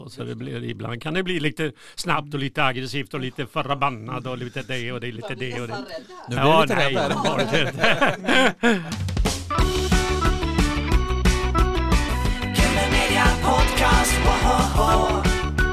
Så det blir, ibland kan det bli lite snabbt och lite aggressivt och lite förbannad och lite det och det, lite det och det. Nu blir det lite rädd här. Media Podcast, woho!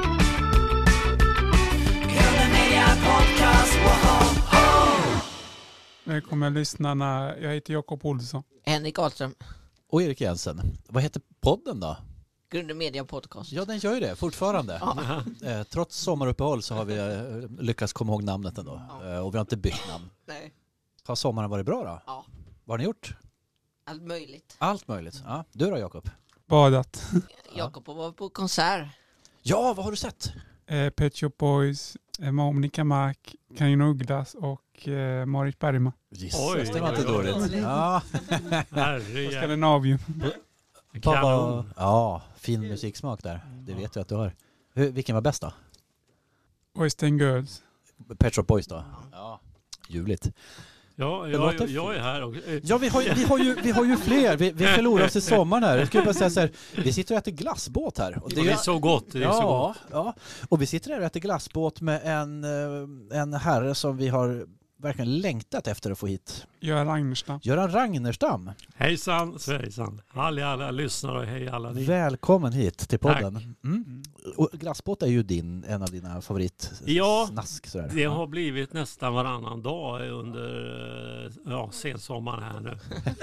Media Podcast, woho! Välkomna lyssnarna. Jag heter Jakob Olsson. Henrik Ahlström. Och Erik Jensen. Vad heter podden då? Grunden Media Podcast. Ja, den gör ju det fortfarande. Ja. Trots sommaruppehåll så har vi lyckats komma ihåg namnet ändå. Och vi har inte bytt namn. Nej. Har sommaren varit bra då? Ja. Vad har ni gjort? Allt möjligt. Allt möjligt. Ja. Du då, Jakob? Badat. Jakob var på konsert. Ja, vad har du sett? Pet Shop Boys, Monica Mark, Karin Ugglas och Marit Bergman. Jesus, det var inte dåligt. Ja. På Skandinavien. Ja, fin musiksmak där. Det vet jag att du har. Vilken var bäst då? Western Girls. Pet Shop Boys då? Ja, ljuvligt. Ja, jag är här också. Ja, vi har ju fler. Vi förlorar oss i sommaren här. Jag skulle bara säga så här, vi sitter och äter glassbåt här. Och det är så gott. Det är så gott. Ja. Och vi sitter här och äter glassbåt med en herre som vi har verkligen längtat efter att få hit. Göran Ragnerstam. Hejsan, svejsan. Alla lyssnare och hej alla ni. Välkommen hit till podden. Och glassbåt är ju en av dina favoritsnask. Ja, det har blivit nästan varannan dag under sensommaren här nu.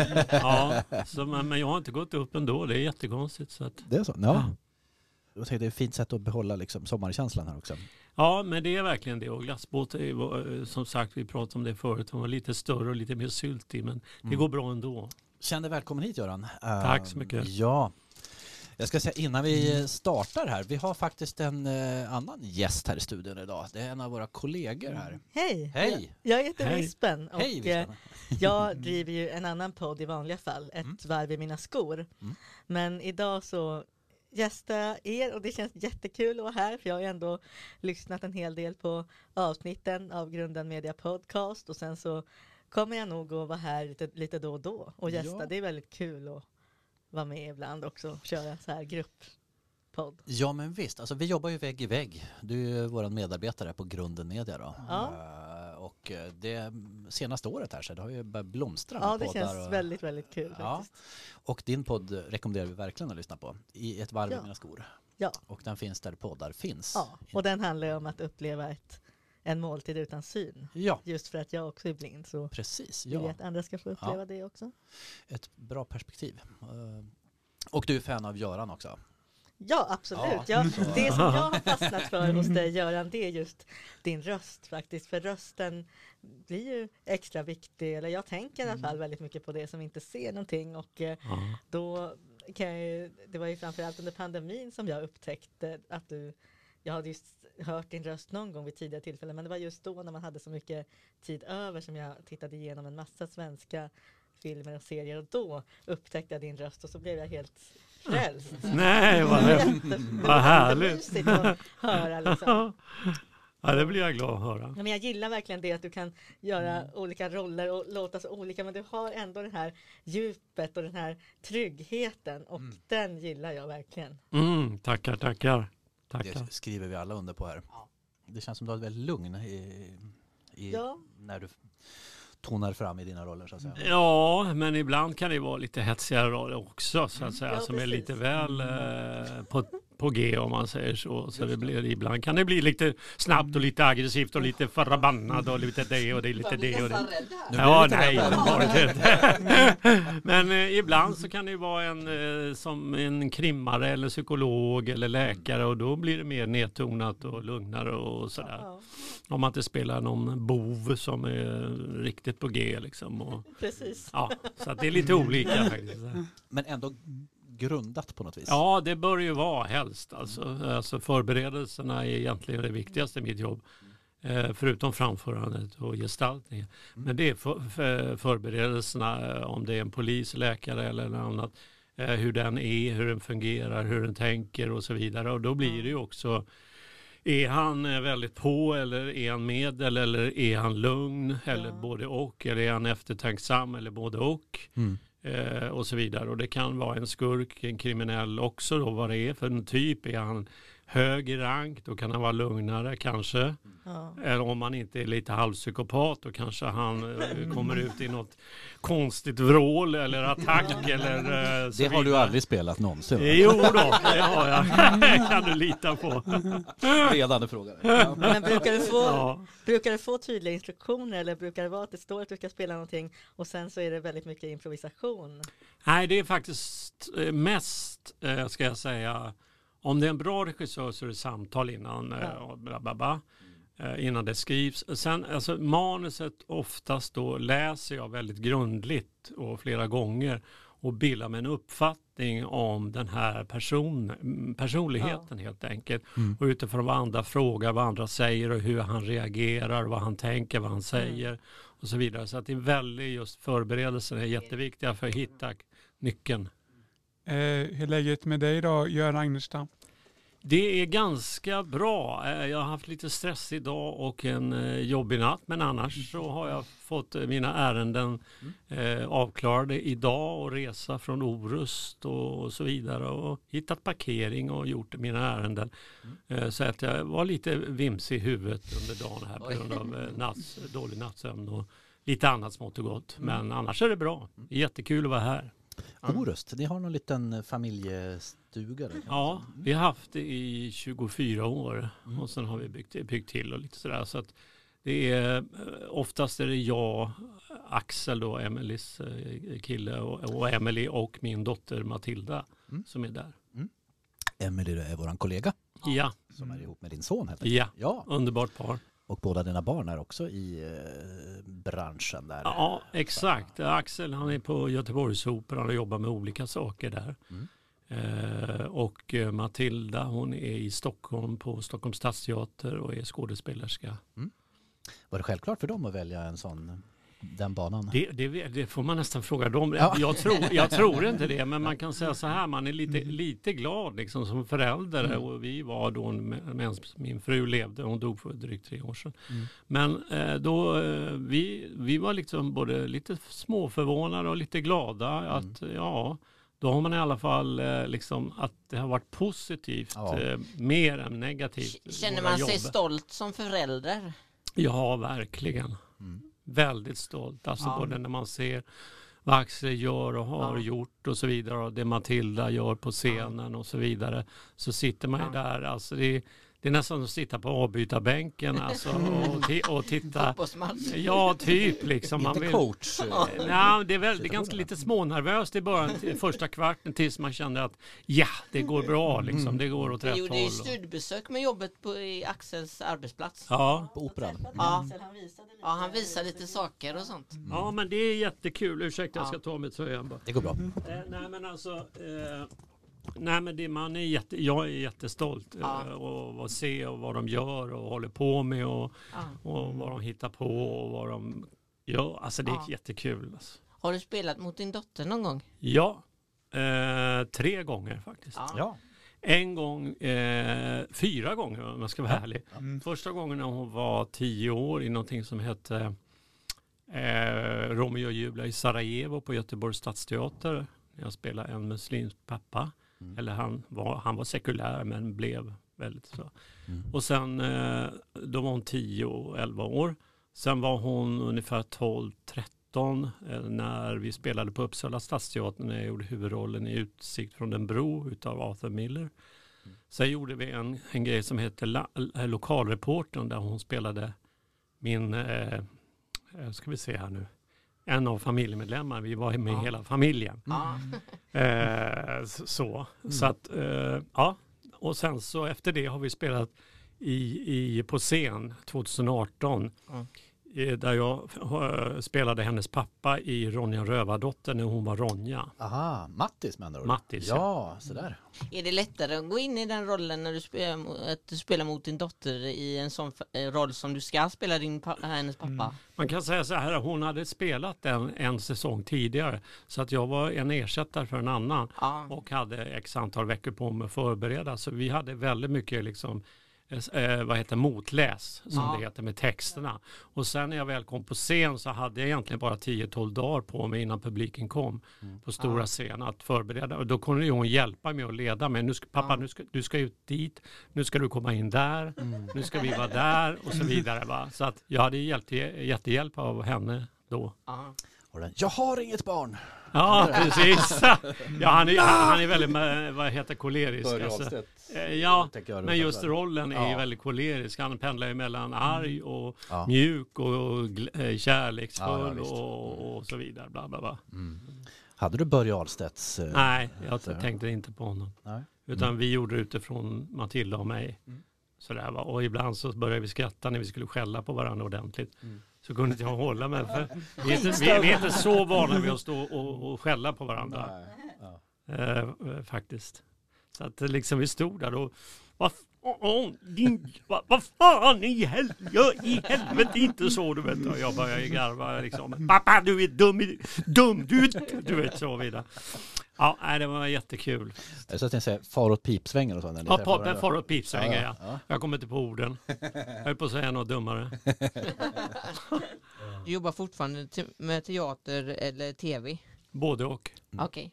Men jag har inte gått upp ändå. Det är jättekonstigt. Så att, det är så? Ja. Jag tänkte det är ett fint sätt att behålla liksom sommarkänslan här också. Ja, men det är verkligen det. Och glassbåt är, som sagt, vi pratade om det förut. Den var lite större och lite mer syltig, men det går bra ändå. Känn dig välkommen hit, Göran. Tack så mycket. Ja, jag ska säga innan vi startar här. Vi har faktiskt en annan gäst här i studion idag. Det är en av våra kollegor här. Hej! Hej! Jag heter Vispen och Hej, Vispen. Jag driver ju en annan podd i vanliga fall, Ett varv i mina skor. Men idag så gästa er och det känns jättekul att vara här, för jag har ju ändå lyssnat en hel del på avsnitten av Grunden Media Podcast, och sen så kommer jag nog att vara här lite då och då och gästa. Ja. Det är väldigt kul att vara med ibland också, köra så här grupppodd. Ja, men visst, alltså, vi jobbar ju vägg i vägg. Du är ju vår medarbetare på Grunden Media då. Ja. Och det senaste året här så det har ju börjat blomstra. Ja, det känns väldigt, väldigt kul faktiskt. Och din podd rekommenderar vi verkligen att lyssna på. I ett varv i mina skor. Ja. Och den finns där poddar finns. Ja, och den handlar ju om att uppleva en måltid utan syn. Ja. Just för att jag också är blind, så precis, vill jag att andra ska få uppleva det också. Ett bra perspektiv. Och du är fan av Göran också. Ja, absolut. Ja, det som jag har fastnat för hos dig, Göran, det är just din röst faktiskt. För rösten blir ju extra viktig. Eller jag tänker i alla fall väldigt mycket på det som inte ser någonting. Och då det var ju framförallt under pandemin som jag upptäckte att jag hade just hört din röst någon gång vid tidigare tillfällen. Men det var just då när man hade så mycket tid över som jag tittade igenom en massa svenska filmer och serier. Och då upptäckte jag din röst och så blev jag helt frälst. Nej, vad härligt att höra liksom. Ja, det blir jag glad att höra. Ja, men jag gillar verkligen det att du kan göra olika roller och låta så olika, men du har ändå det här djupet och den här tryggheten, och den gillar jag verkligen. Tackar. Det skriver vi alla under på här. Det känns som du har ett väldigt lugn när du tonar fram i dina roller, så att säga. Ja, men ibland kan det vara lite hetsigare roller också, så att säga, som är lite väl på G, om man säger så. Så det blir, ibland kan det bli lite snabbt och lite aggressivt och lite förbannad och lite det och det, lite det och det. Ja, nej. Men ibland så kan det vara som en krimmare eller psykolog eller läkare, och då blir det mer nedtonat och lugnare och sådär. Ja. Om man inte spelar någon bov som är riktigt på G liksom. Och, precis. Ja, så att det är lite olika faktiskt. Men ändå grundat på något vis. Ja, det bör ju vara helst. Alltså förberedelserna är egentligen det viktigaste i mitt jobb. Förutom framförandet och gestaltningen. Men det är förberedelserna, om det är en polis, läkare eller något annat. Hur den är, hur den fungerar, hur den tänker och så vidare. Och då blir det ju också, är han väldigt på, eller är han med, eller är han lugn, eller både och, eller är han eftertänksam, eller både och. Och så vidare. Och det kan vara en skurk, en kriminell också då, vad det är för en typ. Är han hög i rank, då kan han vara lugnare kanske. Eller om man inte är lite halvpsykopat, då kanske han kommer ut i något konstigt vrål eller attack. Eller, det har du aldrig spelat någonsin? Jo då, det har jag. Kan du lita på. Ledande fråga. Men brukar du få tydliga instruktioner, eller brukar det vara att det står att du ska spela någonting och sen så är det väldigt mycket improvisation? Nej, det är faktiskt mest, ska jag säga, om det är en bra regissör så är det samtal innan, innan det skrivs. Sen, alltså manuset oftast då läser jag väldigt grundligt och flera gånger och bildar mig en uppfattning om den här personligheten helt enkelt. Och utifrån vad andra frågar, vad andra säger och hur han reagerar, vad han tänker, vad han säger och så vidare. Så att det är väldigt just förberedelsen är jätteviktiga för att hitta nyckeln. Hur är läget med dig då, Göran Agnerstam? Det är ganska bra. Jag har haft lite stress idag och en jobbig natt. Men annars så har jag fått mina ärenden avklarade idag och resa från Orust och så vidare. Och hittat parkering och gjort mina ärenden. Så att jag var lite vimsig i huvudet under dagen här på grund av dålig nattsömn och lite annat smått och gott. Men annars är det bra. Det är jättekul att vara här. Orust, ni har någon liten familjestuga där? Ja, vi har haft det i 24 år och sen har vi byggt till och lite sådär. Så att det är, oftast är det jag, Axel då, Emelies kille och Emily och min dotter Matilda som är där. Emily är våran kollega. Ja. Som är ihop med din son helt enkelt. Ja, underbart par. Och båda dina barn är också i branschen där. Ja, exakt. Axel, han är på Göteborgsoperan och jobbar med olika saker där. Och Matilda, hon är i Stockholm på Stockholms stadsteater och är skådespelerska. Var det självklart för dem att välja den banan? Det får man nästan fråga dem. Ja. Jag tror inte det, men man kan säga så här, man är lite glad liksom, som förälder. Och vi var då, medan min fru levde, hon dog för drygt 3 år sedan. Men då, vi var liksom både lite småförvånade och lite glada att då har man i alla fall liksom att det har varit positivt mer än negativt. Känner man sig stolt som förälder? Ja, verkligen. Väldigt stolt. Alltså både när man ser vad Axel gör och har gjort och så vidare. Och det Matilda gör på scenen och så vidare. Så sitter man ju där. Alltså det är nästan att sitta på avbytarbänken alltså, och titta. Ja, typ liksom. Man vill, coach. Ja, det är ganska lite smånervöst i början, första kvarten tills man känner att det går bra liksom. Det går åt rätt håll. Vi gjorde ju studbesök med jobbet i Axels arbetsplats. Ja. På Operan. Han visade lite saker och sånt. Ja, men det är jättekul. Ursäkta, jag ska ta mitt tröjan bara. Det går bra. Nej, men alltså... Nej, men jag är jättestolt och se och vad de gör och håller på med och vad de hittar på och vad de gör. Alltså det är jättekul. Alltså. Har du spelat mot din dotter någon gång? Ja, 3 gånger faktiskt. Ja. En gång, 4 gånger om jag ska vara ärlig. Första gången när hon var 10 år i någonting som hette Romeo och Julia i Sarajevo på Göteborgs stadsteater. Jag spelade en muslimsk pappa. Eller han var sekulär men blev väldigt så. Och sen då var hon 10-11 år. Sen var hon ungefär 12-13 när vi spelade på Uppsala stadsteater när jag gjorde huvudrollen i Utsikt från den bro utav Arthur Miller. Sen gjorde vi en grej som heter Lokalreportern där hon spelade min, ska vi se här nu. En av familjemedlemmar. Vi var med hela familjen. Så att, och sen så efter det har vi spelat på scen 2018. Där jag spelade hennes pappa i Ronja Rövardotter när hon var Ronja. Aha, Mattis menar du? Mattis, ja. Sådär. Är det lättare att gå in i den rollen när du spelar mot din dotter i en sån roll som du ska spela hennes pappa? Man kan säga så här, hon hade spelat en säsong tidigare så att jag var en ersättare för en annan och hade x antal veckor på mig att förbereda. Så vi hade väldigt mycket liksom motläs som det heter med texterna. Och sen när jag väl kom på scen så hade jag egentligen bara 10-12 dagar på mig innan publiken kom på stora scen att förbereda. Och då kunde ju hon hjälpa mig och leda mig. Pappa, du ska ut dit, nu ska du komma in där, nu ska vi vara där och så vidare. Va? Så att jag hade jättehjälp av henne då. Jag har inget barn. Ja, precis. Ja, han är väldigt, kolerisk. Alltså. Ja, men just rollen är ju väldigt kolerisk. Han pendlar ju mellan arg och mjuk och kärleksfull och så vidare. Bla, bla, bla. Hade du Börje Ahlstedts... Nej, jag tänkte inte på honom. Nej. Utan vi gjorde det utifrån Matilda och mig. Sådär, va? Och ibland så började vi skratta när vi skulle skälla på varandra ordentligt. Så kunde inte jag hålla mig. För vi är inte så vana vid att stå och skälla på varandra. Faktiskt. Så att liksom vi stod där och vad fan i helvete inte så, du vet. Och jag började garva liksom. Pappa, du är dum, du vet så vidare. Ja, det var jättekul. Så att jag säger far åt pipsvängen och så. Ja, far åt pipsvängen, ja. Jag kommer inte på orden. Jag höll på att säga något dummare. Du jobbar fortfarande med teater eller tv? Både och. Okej.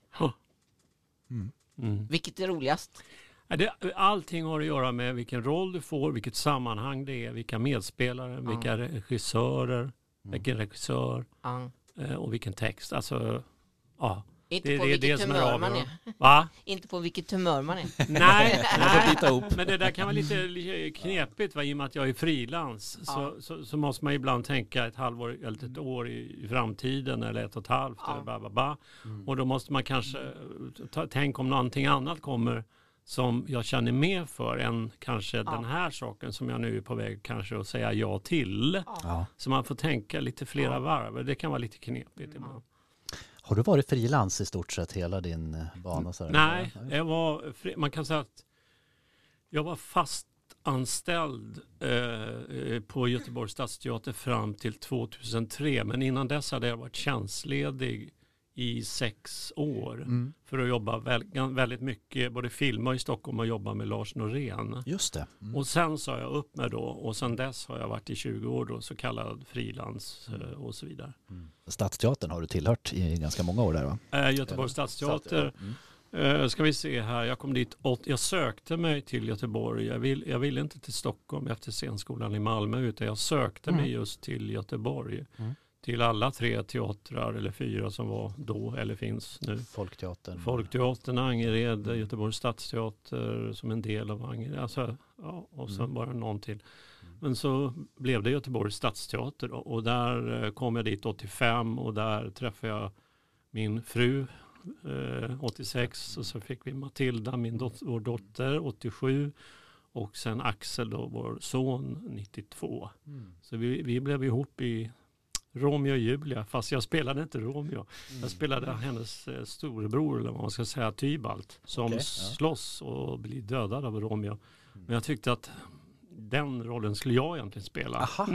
Vilket är roligast? Allting har att göra med vilken roll du får, vilket sammanhang det är, vilka medspelare, vilka regissörer, vilken regissör och vilken text. Alltså, Inte på vilket humör man är. Va? Inte på vilket humör man är. Nej, men det där kan vara lite knepigt, i och med att jag är frilans. Så måste man ibland tänka ett halvår eller ett år i framtiden eller 1,5 eller bla. Och då måste man kanske tänka om någonting annat kommer som jag känner mer för än kanske den här saken som jag nu är på väg kanske att säga ja till. Så man får tänka lite flera varv. Det kan vara lite knepigt ibland. Har du varit frilans i stort sett hela din bana? Så nej, man kan säga att jag var fast anställd på Göteborgs stadsteater fram till 2003. Men innan dess hade jag varit tjänstledig i 6 år för att jobba väldigt mycket, både filma i Stockholm och jobba med Lars Norén. Just det. Och sen sa jag upp mig då, och sen dess har jag varit i 20 år då, så kallad frilans och så vidare. Stadsteatern har du tillhört i ganska många år där, va? Göteborgs stadsteater. Ska vi se här, jag kom dit, jag sökte mig till Göteborg. Jag ville inte till Stockholm efter scenskolan i Malmö, utan jag sökte mig just till Göteborg. Till alla 3 teatrar eller 4 som var då eller finns nu. Folkteatern, Angered, Göteborgs stadsteater som en del av Angered. Alltså, och sen bara någon till. Men så blev det Göteborgs stadsteater då, och där kom jag dit 85 och där träffade jag min fru 86 och så fick vi Matilda, vår dotter 87 och sen Axel då, vår son 92. Så vi blev ihop i Romeo och Julia, fast jag spelade inte Romeo. Jag spelade hennes storebror, eller vad man ska säga, Tybalt, som slåss och blir dödad av Romeo. Men jag tyckte att den rollen skulle jag egentligen spela. Aha.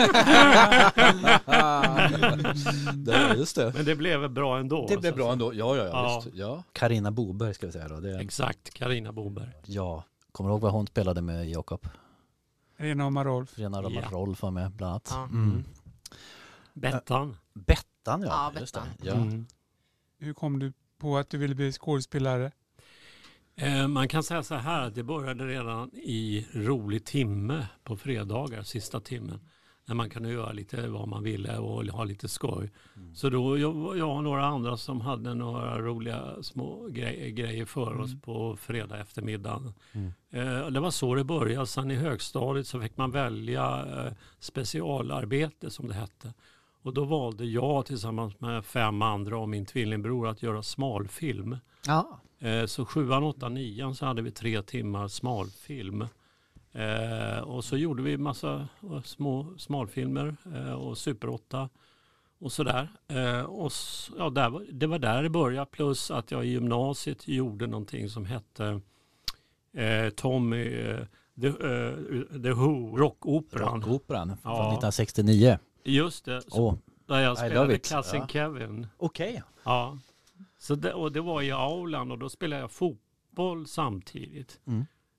Just det. Men det blev bra ändå. Det blev bra ändå, ja. Carina Boberg ska vi säga då. Exakt, Carina Boberg. Ja, kommer du ihåg vad hon spelade med Jakob? Rena Rama Rolf. Rena Rama Rolf var med bland annat. Bettan. Bettan, ja. Just det. Ja. Hur kom du på att du ville bli skådespelare? Man kan säga så här att det började redan i rolig timme på fredagar, sista timmen. När man kunde göra lite vad man ville och ha lite skoj. Så då jag och några andra som hade några roliga små grejer för oss på fredag eftermiddagen. Det var så det började. Sen i högstadiet så fick man välja specialarbete som det hette. Och då valde jag tillsammans med 5 andra och min tvillingbror att göra smalfilm. Ja. Så 7:an, 8:an, 9:an så hade vi 3 timmar smalfilm. Och så gjorde vi massa små smalfilmer och Super 8 och sådär. Det var där det började, plus att jag i gymnasiet gjorde någonting som hette Tommy The Who, rockoperan. Rockoperan från 1969. Just det, där jag spelade Cousin Kevin. Okej. Ja. Så det var i aulan och då spelade jag fotboll samtidigt.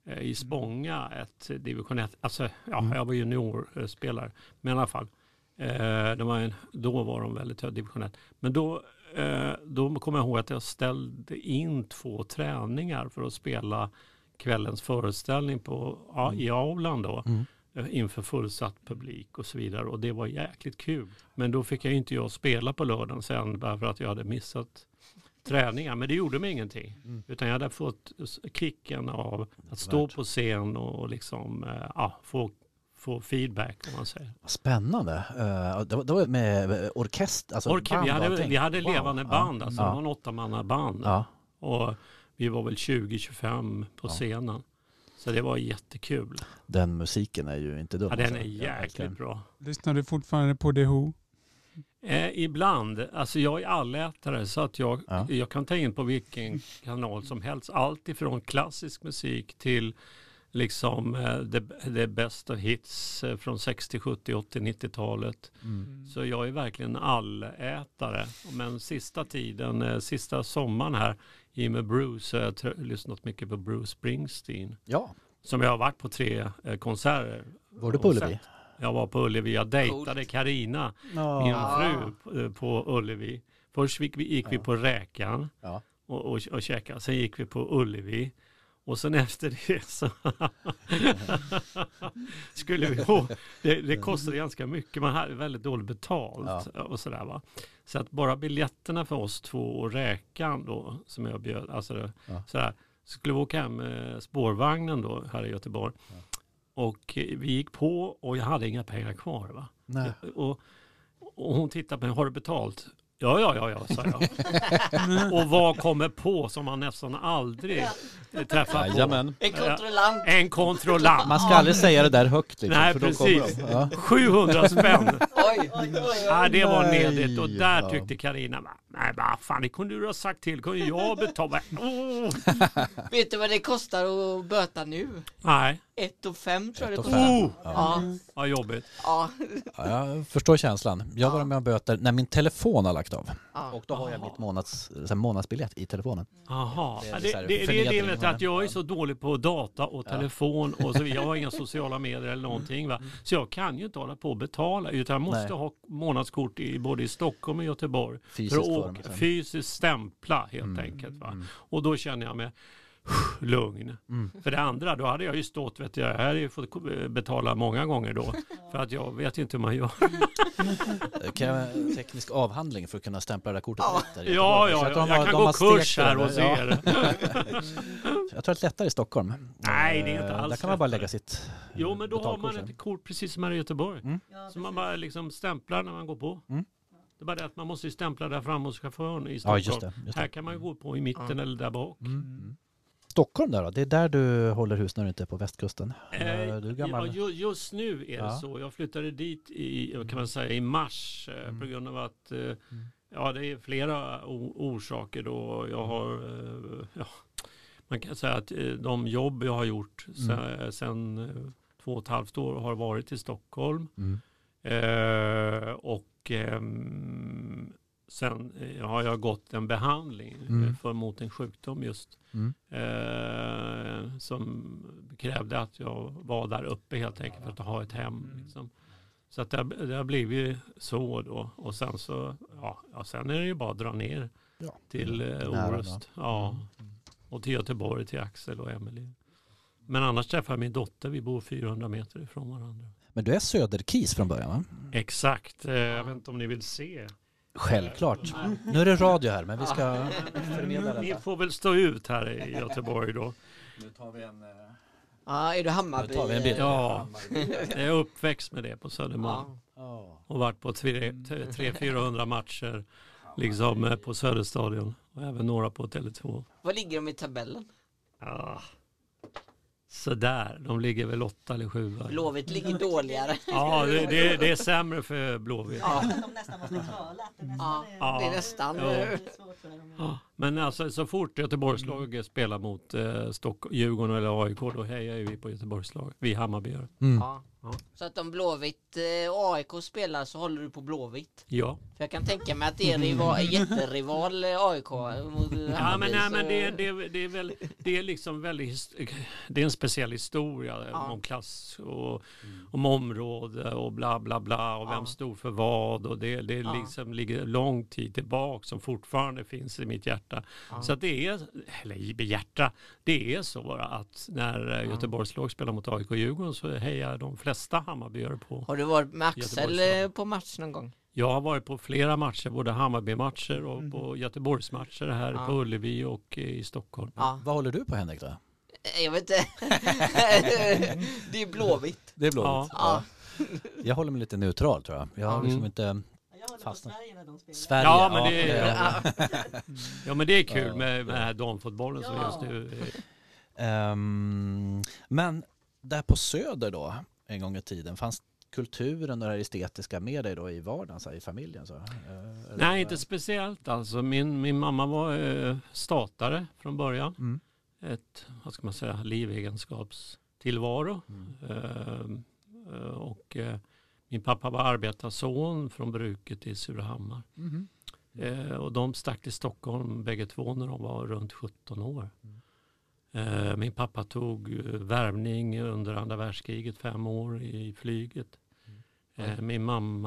i Spånga, ett division 1. Alltså, jag var juniorspelare, men i alla fall. Då var de väldigt hög division 1. Men då kommer jag ihåg att jag ställde in 2 träningar för att spela kvällens föreställning i aulan då. Inför fullsatt publik och så vidare. Och det var jäkligt kul. Men då fick jag inte jag spela på lördagen sen, bara för att jag hade missat träningar. Men det gjorde mig ingenting. Utan jag hade fått kicken av att stå på scen och liksom få feedback, om man säger. Spännande. Det var med orkester, alltså vi hade levande band, alltså en 8-mannaband. Ja. Och vi var väl 20-25 på scenen. Så det var jättekul. Den musiken är ju inte dum. Ja, den är jäkligt bra. Lyssnar du fortfarande på The Who? Ibland. Alltså jag är allätare, så att jag kan ta in på vilken kanal som helst. Allt ifrån klassisk musik till liksom det bästa hits från 60, 70, 80, 90-talet. Så jag är verkligen allätare. Men sista sommaren här i med Bruce, så har jag lyssnat mycket på Bruce Springsteen. Ja. Som jag har varit på 3 konserter. Var du på Ullevi? Jag var på Ullevi. Jag dejtade Carina, min fru, på Ullevi. Först gick vi på Räkan och käkade. Sen gick vi på Ullevi. Och sen efter det så skulle vi det kostade ganska mycket. Man hade väldigt dåligt betalt och sådär, va. Så att bara biljetterna för oss 2 och Räkan då, som jag bjöd, alltså sådär, så skulle vi åka hem med spårvagnen då här i Göteborg. Och vi gick på och jag hade inga pengar kvar, va. Nej. Och hon tittade på mig, har du betalt? Ja, sa jag. Och vad kommer på som man nästan aldrig träffar på? Jamen. En kontrollant. Man ska aldrig säga det där högt. Liksom, nej, precis. 700 spänn. Ja, det var nedligt. Och där tyckte Carina, nej, vad fan, det kunde du ha sagt till. Kunde jag betala? Vet du vad det kostar att böta nu? Nej. 1,5 tror jag det kostar. Ja, jobbigt. Ja, jag förstår känslan. Jag var med och böter när min telefon har lagt av. Och då har jag mitt månadsbiljett i telefonen. Jaha. Det vet att jag är så dålig på data och telefon och så. Jag har inga sociala medier eller någonting, va. Så jag kan ju inte hålla på att betala, utan jag måste ha månadskort både i Stockholm och Göteborg. Fysiskt stämpla helt enkelt, va. Och då känner jag mig lugn. För det andra, då hade jag ju stått, jag hade ju fått betala många gånger då, för att jag vet inte hur man gör. Kan jag teknisk avhandling för att kunna stämpla det där kortet? Jag kan gå kurs här och se det. Jag tror att det är lättare i Stockholm. Nej, det är inte alls. Där kan man bara lägga sitt. Jo, men då har man ett kort precis som här i Göteborg. Så man bara liksom stämplar när man går på. Det är bara det att man måste ju stämpla där fram hos chauffören i Stockholm. Ja, just det. Här kan man ju gå på i mitten eller där bak. Stockholm då? Det är där du håller hus när du inte är på västkusten? Just nu är det så. Jag flyttade dit i mars på grund av att det är flera orsaker då. Jag har man kan säga att de jobb jag har gjort sen 2,5 år har varit i Stockholm. Sen har jag gått en behandling mot en sjukdom just som krävde att jag var där uppe helt enkelt för att ha ett hem. Liksom. Så att det har blivit så då. Och sen så, sen är det ju bara att dra ner till Orust. Ja. Och till Göteborg, till Axel och Emily. Men annars träffar jag min dotter, vi bor 400 meter ifrån varandra. Men du är Söderkis från början, va? Exakt, jag vet inte om ni vill se. Självklart. Nu är det radio här, men vi ska förmedla detta. Ni får väl stå ut här i Göteborg då. Nu tar vi en... är du Hammarby? Nu tar vi en bild. Ja, jag är uppväxt med det på Södermalm. Och varit på 300-400 matcher liksom på Söderstadion. Och även några på Tele2. Vad ligger de i tabellen? Så där, de ligger väl 8 eller 7. Blåvitt ligger dåligare. Ja, det är sämre för Blåvitt. De nästan måste kvala. Det är nästan. Men alltså så fort Göteborgslaget spelar mot Djurgården eller AIK, då hejar vi på Göteborgslag. Vi Hammarbyare. Ja. Så att om Blåvitt och AIK spelar så håller du på Blåvitt? Ja. För jag kan tänka mig att det är jätterival AIK mot Hammarby. Men det är väl, det är liksom väldigt, det är en speciell historia om klass och om område och bla bla bla och vem stod för vad, och det liksom ligger lång tid tillbaka som fortfarande finns i mitt hjärta. Så att det är, eller i hjärta, det är så att när Göteborgslag spelar mot AIK och Djurgården så hejar de flesta Hammarbyare på. Har du varit med Axel på match någon gång? Jag har varit på flera matcher, både Hammarby-matcher och på Göteborgsmatcher här på Ullevi och i Stockholm. Vad håller du på, Henrik, då? Jag vet inte. Det är Blåvitt. Det är Blåvitt. Ja. Jag håller mig lite neutral, tror jag. Jag har liksom inte... Jag håller på Sverige när de spelar. Sverige, ja, men det är kul med damfotbollen som just nu. Men där på Söder då, en gång i tiden, fanns kulturen och det estetiska med dig då i vardagen, så här, i familjen? Så? Nej, inte speciellt. Alltså, min mamma var statare från början. Ett, vad ska man säga, livegenskapstillvaro. Och min pappa var arbetarson från bruket i Surahammar. Och de stack till Stockholm bägge två när de var runt 17 år. Min pappa tog värvning under andra världskriget 5 år i flyget. Min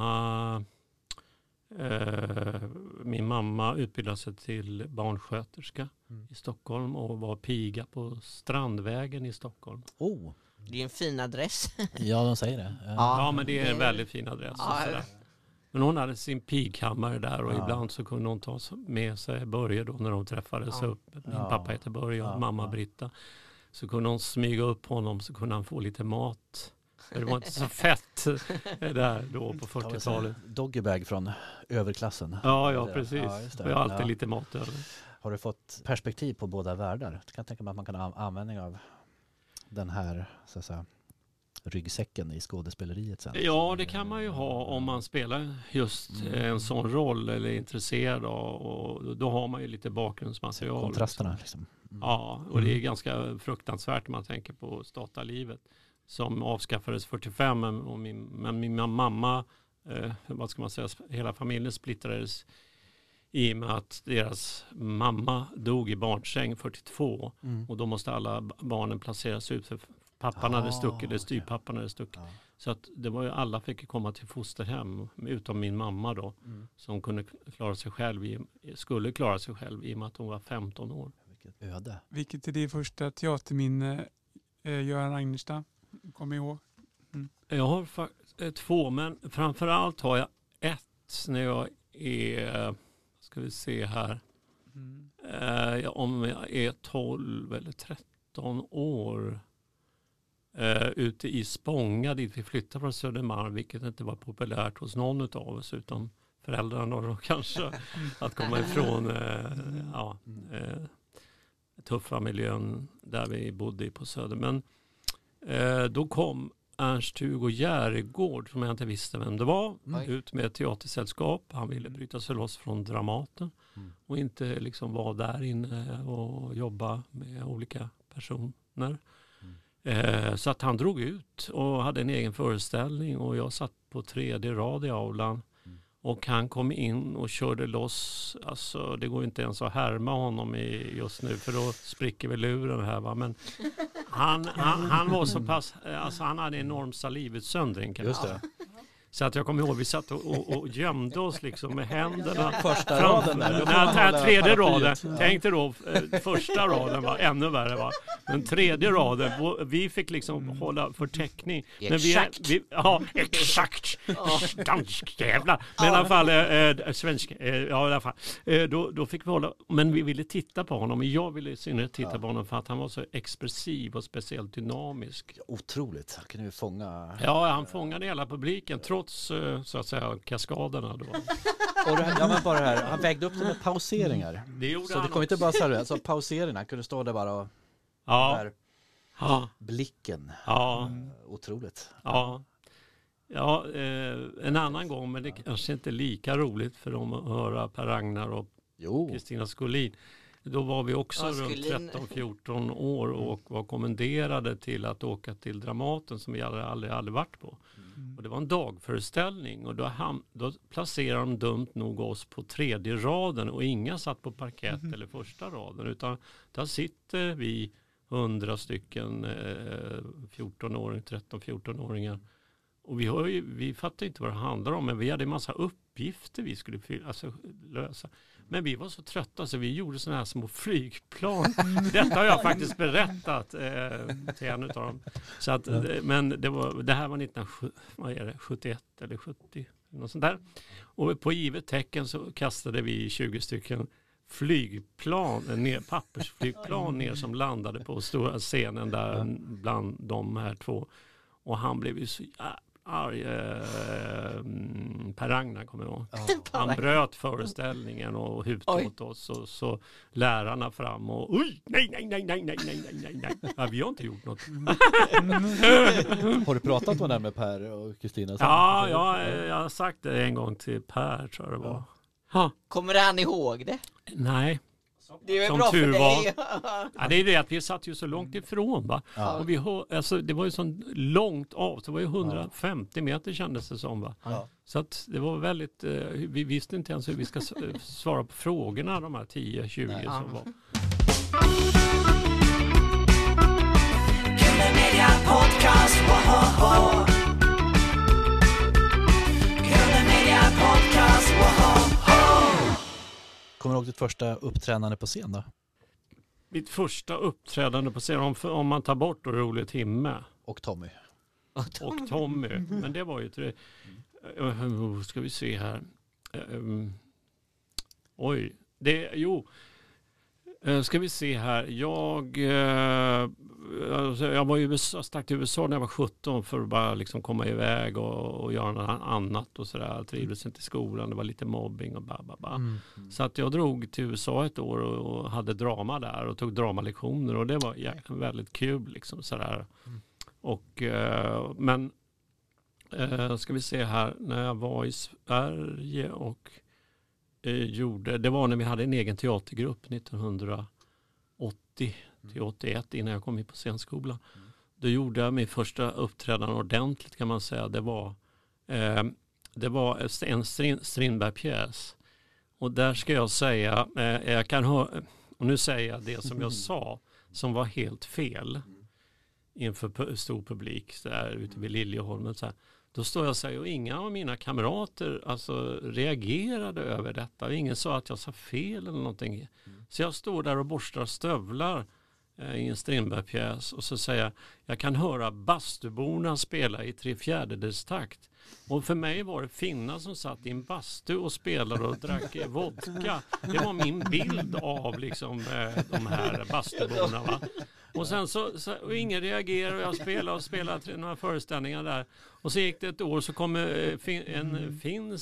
mamma utbildade sig till barnsköterska i Stockholm och var piga på Strandvägen i Stockholm. Det är en fin adress. Ja, de säger det. Ja, men det är en väldigt fin adress. Men hon hade sin pigkammare där och ibland så kunde hon ta med sig Börje då när de träffades upp. Min pappa heter Börje och mamma Britta. Så kunde hon smyga upp honom, så kunde han få lite mat. Det var inte så fett där då på 40-talet. Doggybag från överklassen. Ja, precis. Jag har alltid lite mat över. Har du fått perspektiv på båda världar? Jag kan tänka mig att man kan ha användning av den här, så att säga, ryggsäcken i skådespeleriet sen. Ja, det kan man ju ha om man spelar just en sån roll eller är intresserad av, och då har man ju lite bakgrundsmaterial. Kontrasterna liksom. Ja, och det är ganska fruktansvärt när man tänker på statarlivet som avskaffades 45, men min mamma, vad ska man säga, hela familjen splittrades i och med att deras mamma dog i barnsäng 42 och då måste alla barnen placeras ut för pappan hade stuckit, eller styrpappan hade stuckit. Så att det var ju, alla fick komma till fosterhem utom min mamma då som kunde klara sig själv skulle klara sig själv i och med att hon var 15 år. Vilket öde. Vilket är det första teaterminne Göran Ragnerstad kommer ihåg? Jag har faktiskt 2, men framförallt har jag ett när jag är, ska vi se här, om jag är 12 eller 13 år ute i Spånga dit vi flyttade från Södermalm, vilket inte var populärt hos någon av oss utom föräldrarna då kanske, att komma ifrån tuffa miljön där vi bodde på Söder. Men då kom Ernst-Hugo Järegård, som jag inte visste vem det var, ut med ett teatersällskap. Han ville bryta sig loss från Dramaten och inte liksom vara där inne och jobba med olika personer. Så att han drog ut och hade en egen föreställning och jag satt på 3:e rad i aulan och han kom in och körde loss. Alltså det går inte ens att härma honom just nu för då spricker väl luren här, va? Men han var så pass, alltså han hade enorm salivutsöndring kan man säga. Så att jag kommer ihåg, vi satt och gömde oss liksom med händerna. Första raden där. Tredje raden. Tänk dig då, första raden var ännu värre, va? Men tredje raden, vi fick liksom hålla förteckning. Exakt. Exakt. Dansk jävla. Men i alla fall, svensk. Ja, i alla fall. Då fick vi hålla, men vi ville titta på honom. Jag ville i synnerhet titta på honom för att han var så expressiv och speciellt dynamisk. Otroligt. Han kunde ju fånga... Ja, han fångade hela publiken, trots så att säga kaskaderna då. Och men bara det här, han vägde upp det med pauseringar. Det gjorde så han det kom inte bara så här, alltså pauseringar, han kunde stå där bara och där blicken. Ja. Otroligt. Ja, en annan gång, men det kanske inte är lika roligt för dem att höra Per Ragnar och Kristina Skolin. Då var vi också runt 13-14 år och var kommenderade till att åka till Dramaten som vi aldrig varit på. Och det var en dagföreställning och då placerade de dumt nog oss på 3:e raden och inga satt på parkett eller första raden, utan där sitter vi 100 stycken 13-14-åringar. Och vi fattade inte vad det handlade om, men vi hade en massa uppgifter vi skulle lösa. Men vi var så trötta så vi gjorde sådana här små flygplan. Detta har jag faktiskt berättat till en av dem. Så att, men det här var 1971 eller 70, något sånt där. Och på givet tecken så kastade vi 20 stycken pappersflygplan ner som landade på stora scenen där bland de här två. Och han blev ju så arg. Per Ragnar kommer jag ihåg. Han bröt föreställningen och hutade mot oss. Och så lärarna fram och nej. Ja, vi har inte gjort något. Har du pratat om det med Per och Kristina? Ja, jag har sagt det en gång till Per, tror jag det var. Kommer han ihåg det? Nej. Det är som bra tur för dig. Ja, det är det att vi satt ju så långt ifrån. Va? Ja. Och det var ju så långt av. Det var ju 150 meter kändes det som. Va? Ja. Så att det var väldigt... vi visste inte ens hur vi ska svara på frågorna, de här 10-20 som var. Media podcast, woho. Media podcast, woho. Kommer du ihåg ditt första uppträdande på scen då? Mitt första uppträdande på scen, om man tar bort då Rolig Timme. Och Tommy. Och Tommy. Men det var ju till det. Ska vi se här. Ska vi se här. Jag var i USA, stack till USA när jag var 17 för att bara liksom komma iväg och göra något annat och sådär. Jag trivdes inte i skolan, det var lite mobbing och Så att jag drog till USA ett år och hade drama där och tog dramalektioner och det var väldigt kul liksom sådär. Och ska vi se här, när jag var i Sverige och det var när vi hade en egen teatergrupp 1980-81 innan jag kom in på scenskolan. Då gjorde jag min första uppträdande ordentligt kan man säga. Det var en Strindberg-pjäs. Och där ska jag säga, jag kan höra, och nu säger jag det som jag sa som var helt fel inför stor publik där ute vid Liljeholmen så här. Då står jag och säger, och inga av mina kamrater reagerade över detta. Ingen sa att jag sa fel eller någonting. Så jag står där och borstar stövlar i en Strindberg-pjäs och så säger jag kan höra bastuborna spela i 3/4 takt. Och för mig var det finnar som satt i en bastu och spelade och drack vodka. Det var min bild av liksom, de här bastuborna. Va? Och sen så ingen reagerade och jag spelade några föreställningar där. Och så gick det ett år så kom en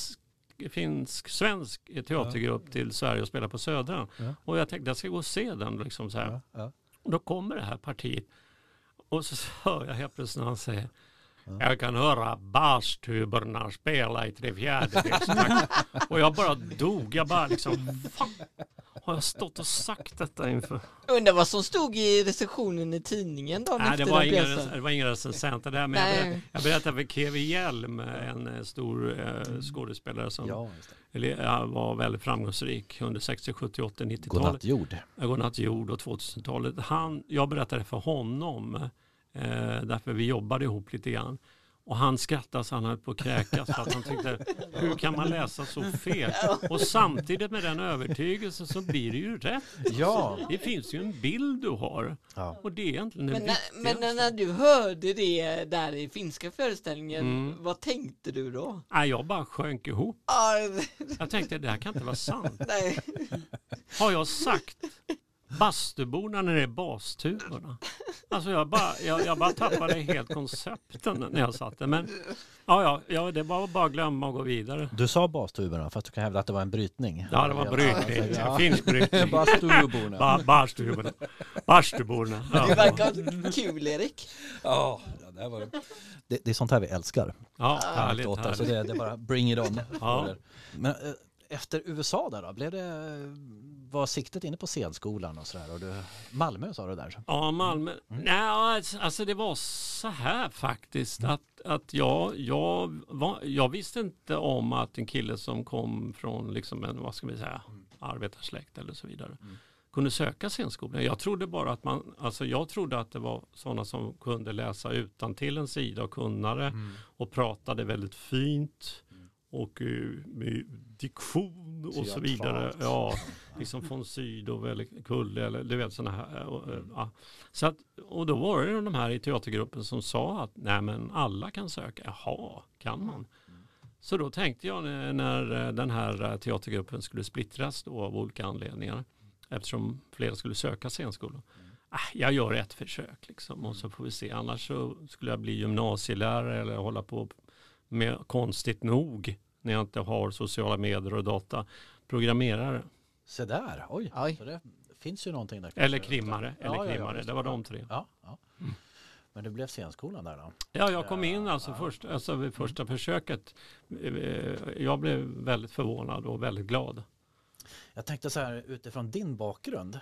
finsk-svensk teatergrupp till Sverige och spelade på Södran. Ja. Och jag tänkte jag ska gå och se den liksom så här. Ja. Och då kommer det här partiet och så hör jag helt plötsligt när han säger jag kan höra bastuberna spela i 3/4 takt. Och jag bara dog. Jag bara liksom fan, har jag stått och sagt detta inför? Undrar vad som stod i recensionen i tidningen då? Nej, det var ingen recensent där, men jag berättade för Kevin Hjelm, en stor skådespelare som var väldigt framgångsrik under 60, 70, 80, 90-talet. Godnatt jord och 2000-talet. Jag berättade för honom därför vi jobbade ihop lite grann. Och han skrattade så han höll på att kräkas för att han tyckte, hur kan man läsa så fel? Och samtidigt med den övertygelsen så blir det ju rätt. Ja. Det finns ju en bild du har. Ja. Och det är egentligen det viktigaste. Men när du hörde det där i finska föreställningen, vad tänkte du då? Jag bara sjönk ihop. Jag tänkte, det här kan inte vara sant. Nej. Har jag sagt bastuborna när det är bastuborna? Alltså jag bara tappade helt koncepten när jag satt där. Men det var bara att glömma och gå vidare. Du sa bastuborna fast du kan hävda att det var en brytning. Ja, det var brytning. Finsk brytning. Bastuborna. Bastuborna. Ja. Det verkar kul, Erik. Ja, det var det är sånt här vi älskar. Ja, härligt. Alltså det är bara bring it on. Ja. Men efter USA där då? Var siktet inne på scenskolan och sådär? Och Malmö sa du där? Ja, Malmö. Nej, alltså det var så här faktiskt att jag visste inte om att en kille som kom från liksom en, vad ska vi säga, arbetarsläkt eller så vidare kunde söka scenskolan. Jag trodde bara att jag trodde att det var sådana som kunde läsa utantill en sida och kunnare och pratade väldigt fint och med diktion och så vidare. Ja, liksom von Syd och väldigt Kulle eller du vet sådana här. Så att, och då var det de här i teatergruppen som sa att nej men alla kan söka. Jaha, kan man? Så då tänkte jag när den här teatergruppen skulle splittras då av olika anledningar eftersom flera skulle söka scenskolan. Jag gör ett försök liksom och så får vi se. Annars så skulle jag bli gymnasielärare eller hålla på med konstigt nog när jag inte har sociala medier och data. Programmerare. Så där, oj. Så det finns ju någonting där. Eller krimmare. Det var de tre. Ja. Men det blev scenskolan där då? Ja, jag kom in vid första försöket. Jag blev väldigt förvånad och väldigt glad. Jag tänkte så här utifrån din bakgrund.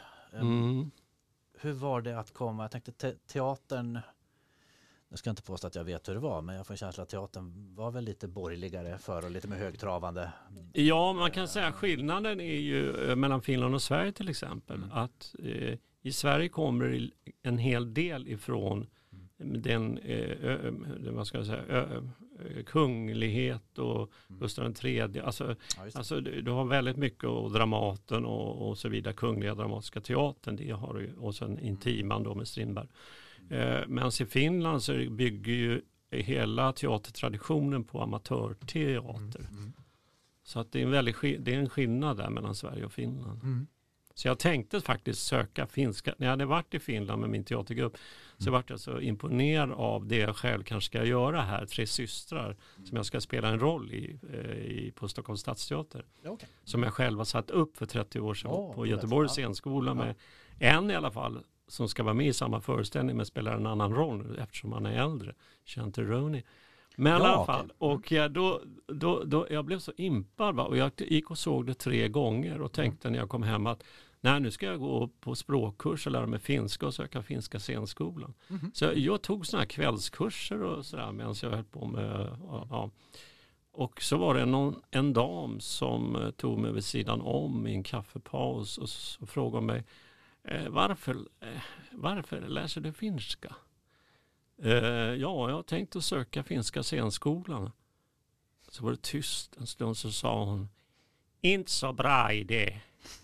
Hur var det att komma? Jag tänkte teatern, jag ska inte påstå att jag vet hur det var, men jag får en känsla att teatern var väl lite borgerligare för och lite mer högtravande. Ja, man kan säga skillnaden är ju mellan Finland och Sverige till exempel. Att i Sverige kommer en hel del ifrån den vad ska jag säga, kunglighet och Gustav III. Alltså du har väldigt mycket och Dramaten och så vidare, Kungliga Dramatiska Teatern, det har du, och sen Intiman då med Strindberg. Men i Finland så bygger ju hela teatertraditionen på amatörteater. Så att det är en skillnad där mellan Sverige och Finland. Så jag tänkte faktiskt söka finska. När jag hade varit i Finland med min teatergrupp så var jag så imponerad av det jag själv kanske ska göra här. 3 systrar som jag ska spela en roll i på Stockholms stadsteater. Okay. Som jag själv har satt upp för 30 år sedan på Göteborgs scenskola med en i alla fall som ska vara med i samma föreställning men spelar en annan roll eftersom han är äldre. Chanteroni. Men i alla fall, och då jag blev så impad och jag gick och såg det 3 gånger och tänkte när jag kom hem att nej, nu ska jag gå på språkkurs och lära mig finska och söka finska scenskolan. Så jag tog såna här kvällskurser och sådär medan jag höll på med Och så var det en dam som tog mig vid sidan om i en kaffepaus och så frågade mig varför läser du finska? Jag har tänkt att söka finska scenskolan. Så var det tyst en stund, så sa hon inte så bra idé.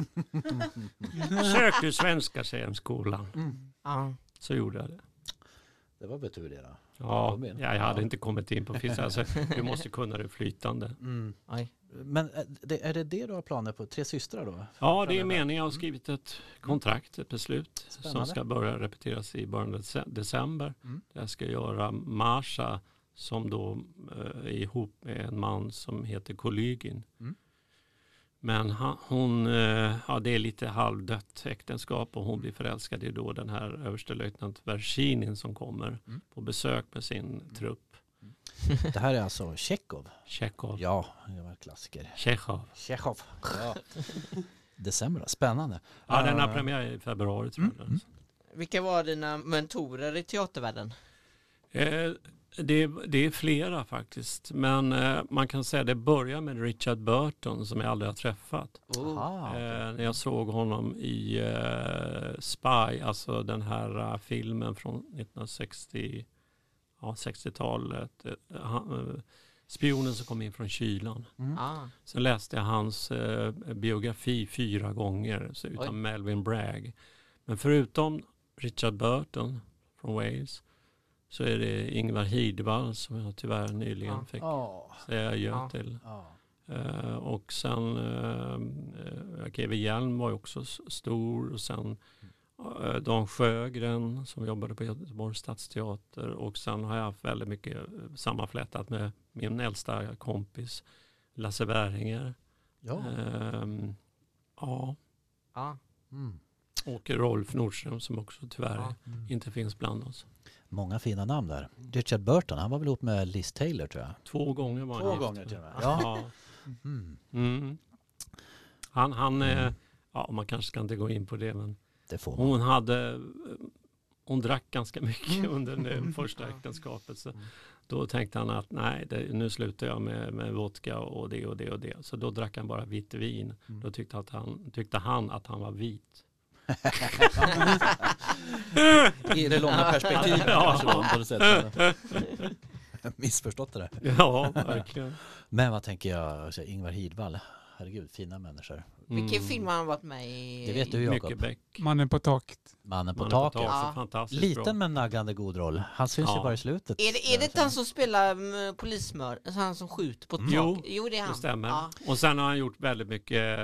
Sök du svenska scenskolan. Så gjorde jag det. Det var betur det då. Ja, jag hade inte kommit in på finska. Alltså, du måste kunna det flytande. Men är det du har planer på? 3 systrar då? Ja, det är meningen. Jag har skrivit ett kontrakt, ett beslut som ska börja repeteras i början av december. Jag ska göra Marsha som då är ihop med en man som heter Kolygin. Men det är lite halvdött äktenskap och hon blir förälskad i då den här överstelöjtnant Vershinin som kommer på besök med sin trupp. Det här är alltså Tjechov. Ja, det var en klassiker. Tjechov. Ja. December, denna. Ja, den har premiär i februari tror jag. Vilka var dina mentorer i teatervärlden? Det är flera faktiskt. Men man kan säga att det börjar med Richard Burton som jag aldrig har träffat. När jag såg honom i Spy, alltså den här filmen från 60-talet. Spionen som kom in från kylan. Sen läste jag hans biografi 4 gånger så utan Melvin Bragg. Men förutom Richard Burton från Wales så är det Ingvar Hirdwall som jag tyvärr nyligen fick säga adjö till. Och sen G.W. Hjelm var ju också stor och sen Dan Sjögren som jobbade på Göteborgs stadsteater och sen har jag haft väldigt mycket sammanflätat med min äldsta kompis Lasse Wäringer. Och Rolf Nordström som också tyvärr inte finns bland oss. Många fina namn där. Richard Burton, han var väl ihop med Liz Taylor tror jag. 2 gånger var han 2 gånger till och med. Man kanske ska inte gå in på det, men Det får man. hon drack ganska mycket under det första äktenskapet. Så då tänkte han att nu slutar jag med vodka och det och det och det. Så då drack han bara vitt vin. Då tyckte han att han var vit. I det långa perspektivet kanske var på det sättet. Missförstått det där. Ja, verkligen. Men vad tänker jag, Ingvar Hirdwall, herregud, fina människor. Vilken film har han varit med i? Det vet du, Jakob. Mycket Beck. Mannen på taket. Mannen på taket. Ja. Fantastiskt bra. Liten men naggande god roll. Han syns ju bara i slutet. Är det inte han som spelar polismör? Alltså han som skjuter på tak? Jo, det är han. Det stämmer. Ja. Och sen har han gjort väldigt mycket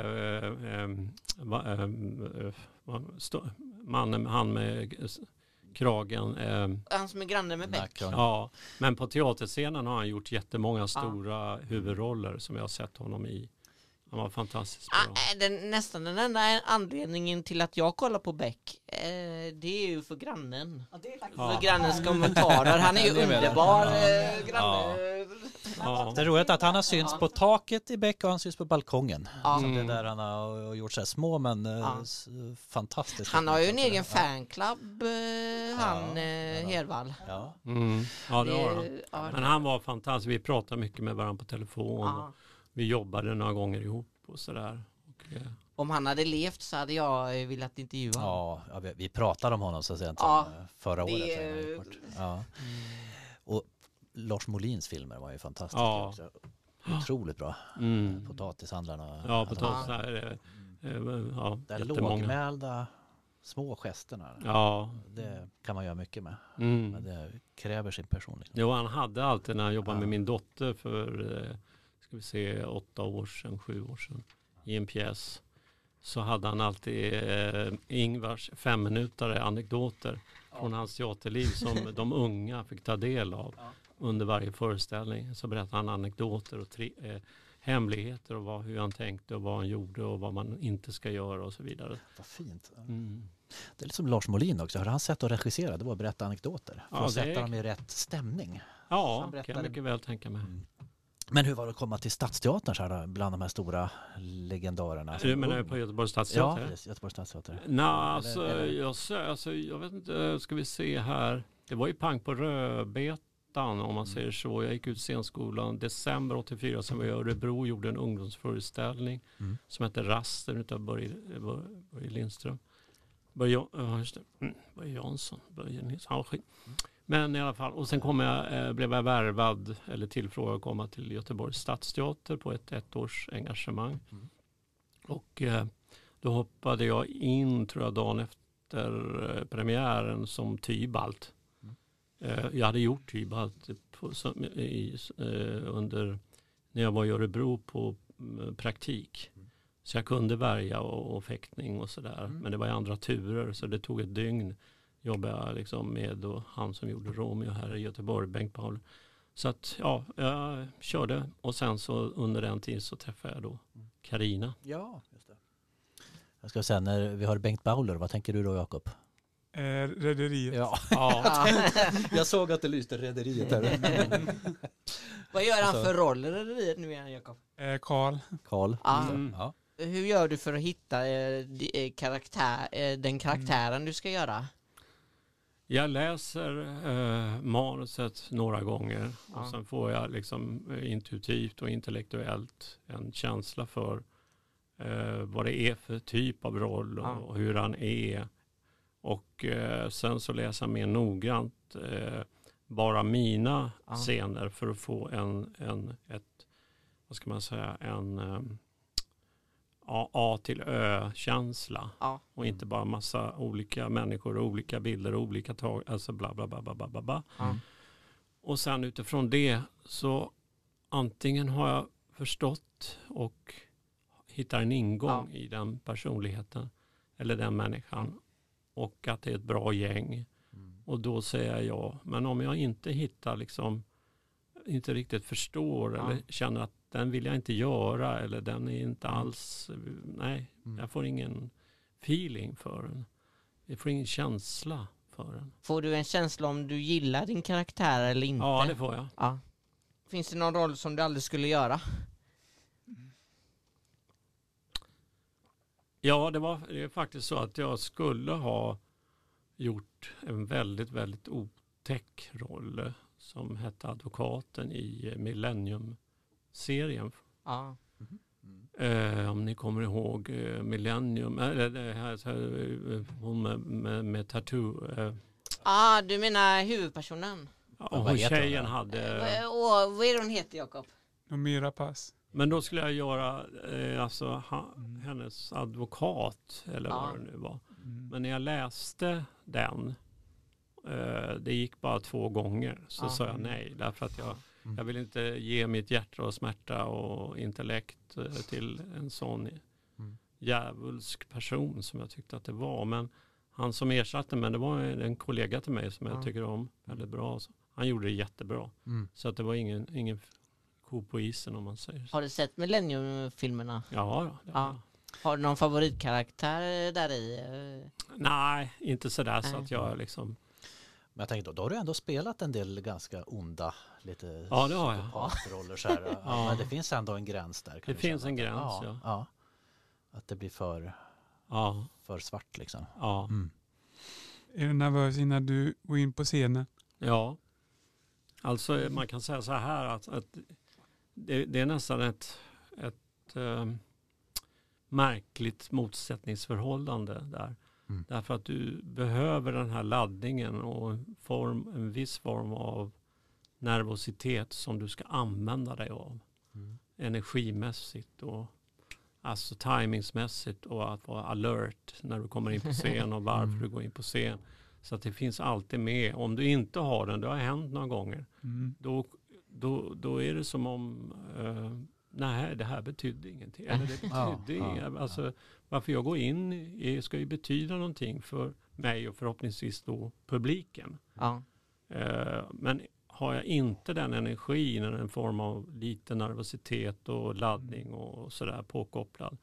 han med kragen. Han som är granne med Beck. Ja, men på teaterscenen har han gjort jättemånga stora huvudroller som jag har sett honom i. Han var fantastiskt bra. Nästan den enda anledningen till att jag kollar på Beck, det är ju för grannen. Ja, det är faktiskt För grannens kommentarer. Han är ju underbar granne. Ja. Det är roligt att han har synts på taket i Beck och han syns på balkongen. Ja. Så det är där han har gjort så här små men fantastiska. Han har ju en egen fanclub, Hirdwall. Ja. Ja, det har han. Men han var fantastisk. Vi pratade mycket med varandra på telefon. Ja. Vi jobbade några gånger ihop och sådär. Om han hade levt så hade jag velat intervjua honom. Ja, vi pratade om honom så sent förra året. Ja. Och Lars Molins filmer var ju fantastiska också. Otroligt bra. Potatishandlarna. Ja, potatishandlarna. Det är lågmälda små gesterna. Ja. Det kan man göra mycket med. Men det kräver sin person. Liksom. Jo, han hade alltid när han jobbade med min dotter för 7 år sedan i en pjäs, så hade han alltid Ingvars 5-minutare anekdoter från hans teaterliv som de unga fick ta del av under varje föreställning. Så berättade han anekdoter och hemligheter och hur han tänkte och vad han gjorde och vad man inte ska göra och så vidare. Vad fint. Det är lite som Lars Molin också. Har han sett att regissera? Det var att berätta anekdoter. För att sätta dem i rätt stämning. Ja, kan jag mycket väl tänka mig. Men hur var det att komma till Stadsteatern så här då, bland de här stora legendarerna? Du menar på Göteborgs Stadsteater? Ja, Göteborgs Stadsteater. Jag vet inte, ska vi se här. Det var ju pang på rödbetan om man säger så. Jag gick ut scenskolan december 84, sen var jag i Örebro och gjorde en ungdomsföreställning som hette Rasten utav Börje Lindström. Börje Jansson. Men i alla fall, och sen blev jag värvad eller tillfrågad att komma till Göteborgs Stadsteater på ett ettårs engagemang. Och då hoppade jag in, tror jag, dagen efter premiären som Tybalt. Jag hade gjort Tybalt när jag var i Örebro på praktik. Så jag kunde värja och fäktning och sådär. Men det var i andra turer, så det tog ett dygn. Jobbade jag liksom med och han som gjorde Romeo här i Göteborg, Bengt Paul. Så att jag körde och sen så under den tiden så träffade jag då Carina. Ja, just det. Jag ska säga, när vi har Bengt Bauler, vad tänker du då, Jakob? Rederiet. Ja. Jag såg att det lyste Rederiet här. Vad gör han för roll i Rederiet nu igen, Jakob? Karl. Ja. Hur gör du för att hitta den karaktären du ska göra? Jag läser manuset några gånger och sen får jag liksom intuitivt och intellektuellt en känsla för vad det är för typ av roll och hur han är. Och sen så läser jag mer noggrant bara mina scener för att få ett vad ska man säga, en A till Ö-känsla. Och inte bara massa olika människor och olika bilder och olika tag, alltså bla bla bla bla bla bla. Och sen utifrån det så antingen har jag förstått och hittar en ingång i den personligheten eller den människan och att det är ett bra gäng. Och då säger jag ja. Men om jag inte hittar liksom, inte riktigt förstår eller känner att den vill jag inte göra eller den är inte alls, jag får ingen feeling för den. Jag får ingen känsla för den. Får du en känsla om du gillar din karaktär eller inte? Ja, det får jag. Ja. Finns det någon roll som du aldrig skulle göra? Ja, det är faktiskt så att jag skulle ha gjort en väldigt, väldigt otäck roll som hette advokaten i Millennium-serien. Ja. Om ni kommer ihåg Millennium, eller det här, hon med tattoo. Du menar huvudpersonen? Och tjejen hade... Vad är det hon heter, Jakob? Nomera Pass. Men då skulle jag göra hennes advokat, eller vad det nu var. Men när jag läste den, det gick bara 2 gånger, så sa jag nej. Därför att jag vill inte ge mitt hjärta och smärta och intellekt till en sån djävulsk person som jag tyckte att det var. Men han som ersatte mig, det var en kollega till mig som jag tycker om väldigt bra. Så han gjorde det jättebra. Så att det var ingen ko på isen, om man säger så. Har du sett Millennium-filmerna? Ja. Har du någon favoritkaraktär där i? Nej, inte sådär så att jag liksom... Men jag tänker då har du ändå spelat en del ganska onda, lite det har jag. roller så här. Men det finns ändå en gräns där. Det finns en gräns, ja. Att det blir för svart liksom. Ja. Är du nervös innan du går in på scenen? Ja. Alltså man kan säga så här att det är nästan ett märkligt motsättningsförhållande där. Därför att du behöver den här laddningen och en viss form av nervositet som du ska använda dig av. Energimässigt och alltså timingsmässigt, och att vara alert när du kommer in på scen och varför du går in på scen. Så att det finns alltid med. Om du inte har den, det har hänt några gånger, då är det som om nej, det här betydde ingenting. Eller det betydde ingenting. Alltså, varför jag går in ska ju betyda någonting för mig och förhoppningsvis då publiken. Men har jag inte den energin, en form av lite nervositet och laddning och sådär påkopplad,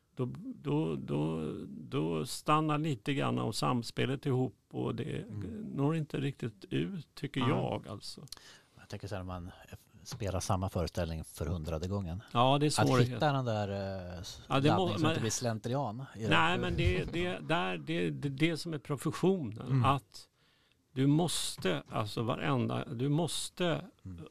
då stannar lite grann av samspelet ihop och det når inte riktigt ut, tycker jag alltså. Jag tänker så här, man spelar samma föreställning för 100:e gången. Ja, det är svårt. Att hitta den där laddningen som inte blir slentrian. Nej, men det är det som är professionen. Att du måste, alltså du måste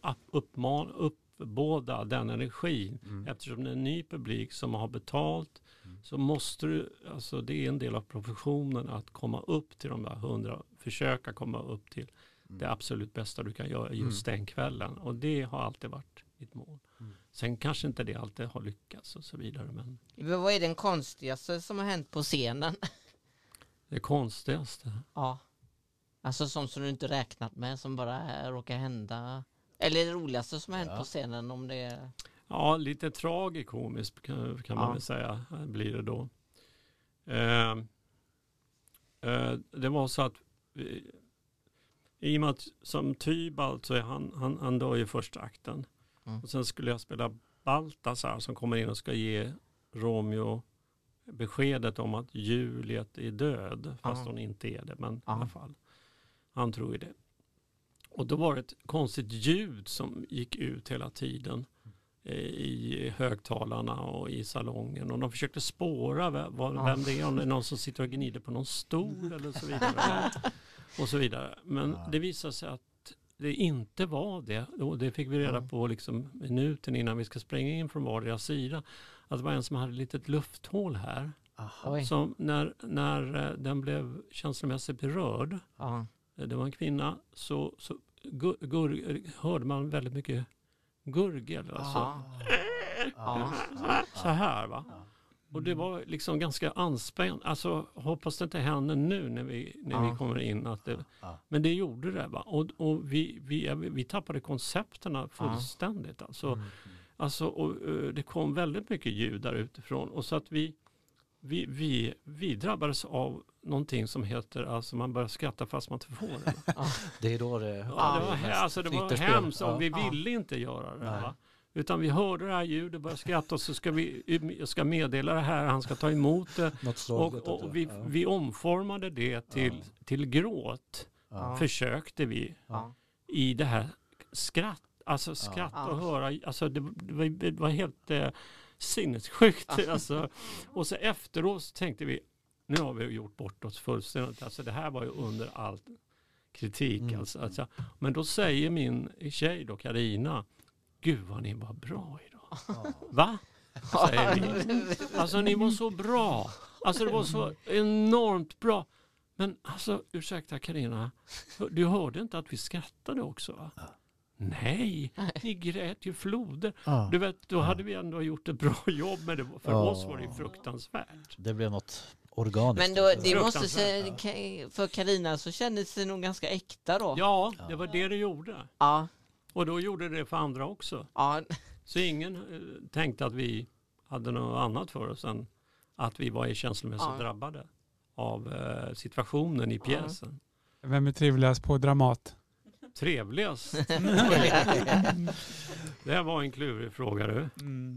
uppbåda den energin. Eftersom det är en ny publik som har betalt, så måste du, alltså det är en del av professionen att komma upp till de där 100, försöka komma upp till det absolut bästa du kan göra just den kvällen. Och det har alltid varit mitt mål. Sen kanske inte det alltid har lyckats och så vidare. Men... Vad är den konstigaste som har hänt på scenen? Det konstigaste? Ja. Alltså sånt som du inte räknat med, som bara råkar hända. Eller det roligaste som har hänt på scenen, om det är... Ja, lite tragikomiskt kan man väl säga blir det då. Det var så att i och med att som Tybalt så är han dör i första akten. Och sen skulle jag spela Baltasar som kommer in och ska ge Romeo beskedet om att Juliet är död. Fast hon inte är det, men i alla fall. Han tror ju det. Och då var det ett konstigt ljud som gick ut hela tiden i högtalarna och i salongen. Och de försökte spåra vem det är. Om det är någon som sitter och gnider på någon stol eller så vidare. Och så vidare. Men det visade sig att det inte var det. Och det fick vi reda på liksom minuten innan vi ska spränga in från vardera sida. Att det var en som hade ett litet lufthål här. Som när den blev känslomässigt berörd. Det var en kvinna. Så hörde man väldigt mycket gurgel. Alltså. Så här va. Och det var liksom ganska anspänt. Alltså hoppas det inte händer nu när vi kommer in. Men det gjorde det va. Och vi tappade koncepterna fullständigt. Och det kom väldigt mycket ljud där utifrån. Och så att vi drabbades av någonting som heter, alltså man börjar skratta fast man inte får det. Det är då det... det var hemskt och vi ville inte göra det. Va? Utan vi hörde det här ljudet, började skratta och så jag ska meddela det här, han ska ta emot det. Och vi omformade det till gråt. Försökte vi i det här skratt och höra, alltså det var helt sinnessjukt. Alltså. Och så efteråt så tänkte vi, nu har vi gjort bort oss fullständigt. Alltså det här var ju under all kritik. Alltså. Men då säger min tjej då, Carina, gud vad ni var bra idag. Va? Säger vi. Alltså ni var så bra. Alltså det var så enormt bra. Men alltså, ursäkta Carina, du hörde inte att vi skrattade också va? Nej, ni grät ju floder. Du vet, då hade vi ändå gjort ett bra jobb med det. För oss var det ju fruktansvärt. Det blev något organiskt. Men då, det måste säga, för Carina så kändes det nog ganska äkta då. Ja, det var det gjorde. Ja. Och då gjorde det för andra också. Ja. Så ingen tänkte att vi hade något annat för oss än att vi var känslomässigt drabbade av situationen i pjäsen. Vem är trevligast på Dramat? Trevligast? Det var en klurig fråga du.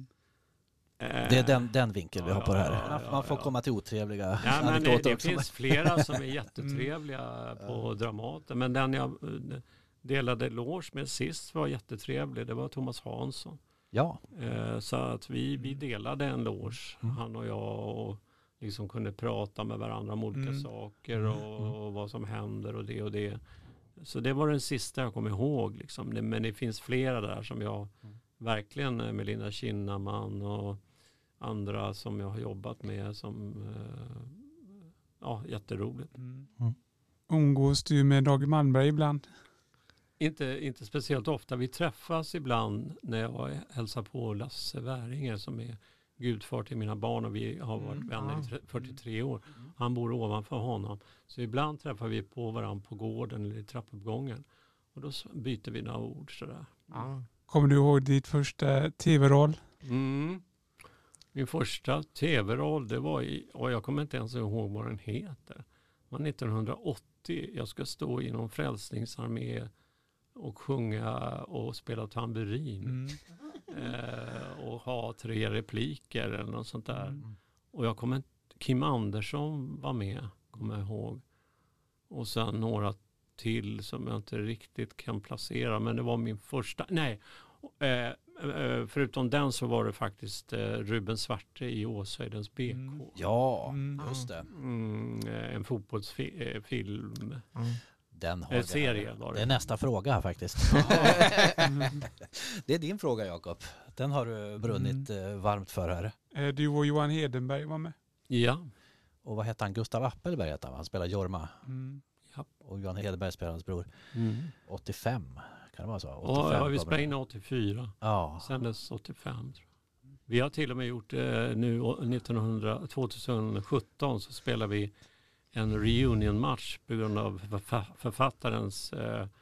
Det är den vinkeln vi har på det här. Man får komma till otrevliga anekdoter. Det finns flera som är jättetrevliga på Dramaten. Men den jag delade loge med sist var jättetrevlig. Det var Thomas Hansson. Ja. Så att vi delade en loge. Han och jag och liksom kunde prata med varandra om olika saker och vad som händer och det och det. Så det var den sista jag kom ihåg. Liksom. Men det finns flera där som jag verkligen med Linda Kinnaman och andra som jag har jobbat med som jätteroligt. Umgås du med Dag Malmberg ibland? Inte speciellt ofta. Vi träffas ibland när jag hälsar på Lasse Wäringer som är gudfar till mina barn och vi har varit vänner i 43 år. Han bor ovanför honom. Så ibland träffar vi på varandra på gården eller i trappuppgången. Och då byter vi några ord sådär. Kommer du ihåg ditt första tv-roll? Min första tv-roll det var och jag kommer inte ens ihåg vad den heter. Det var 1980. Jag ska stå i någon frälsningsarmé och sjunga och spela tamburin. Och ha 3 repliker eller något sånt där. Och Kim Andersson var med, kommer jag ihåg. Och sen några till som jag inte riktigt kan placera. Men det var min första. Nej, förutom den så var det faktiskt Ruben Svarte i Åshöjdens BK. Ja, just det. En fotbollsfilm. Den har serie var det. Det är nästa fråga här faktiskt. Det är din fråga Jakob. Den har du brunnit varmt för här. Du och Johan Hedenberg var med. Ja. Och vad heter han? Gustav Appelberg heter han. Han spelar Jorma. Ja. Och Johan Hedenberg spelar hans bror. 85. Kan det vara så? 85 ja, vi spelade in 84. Ja. Sen dess 85 tror jag. Vi har till och med gjort nu 2017 så spelar vi en reunion-match på grund av författarens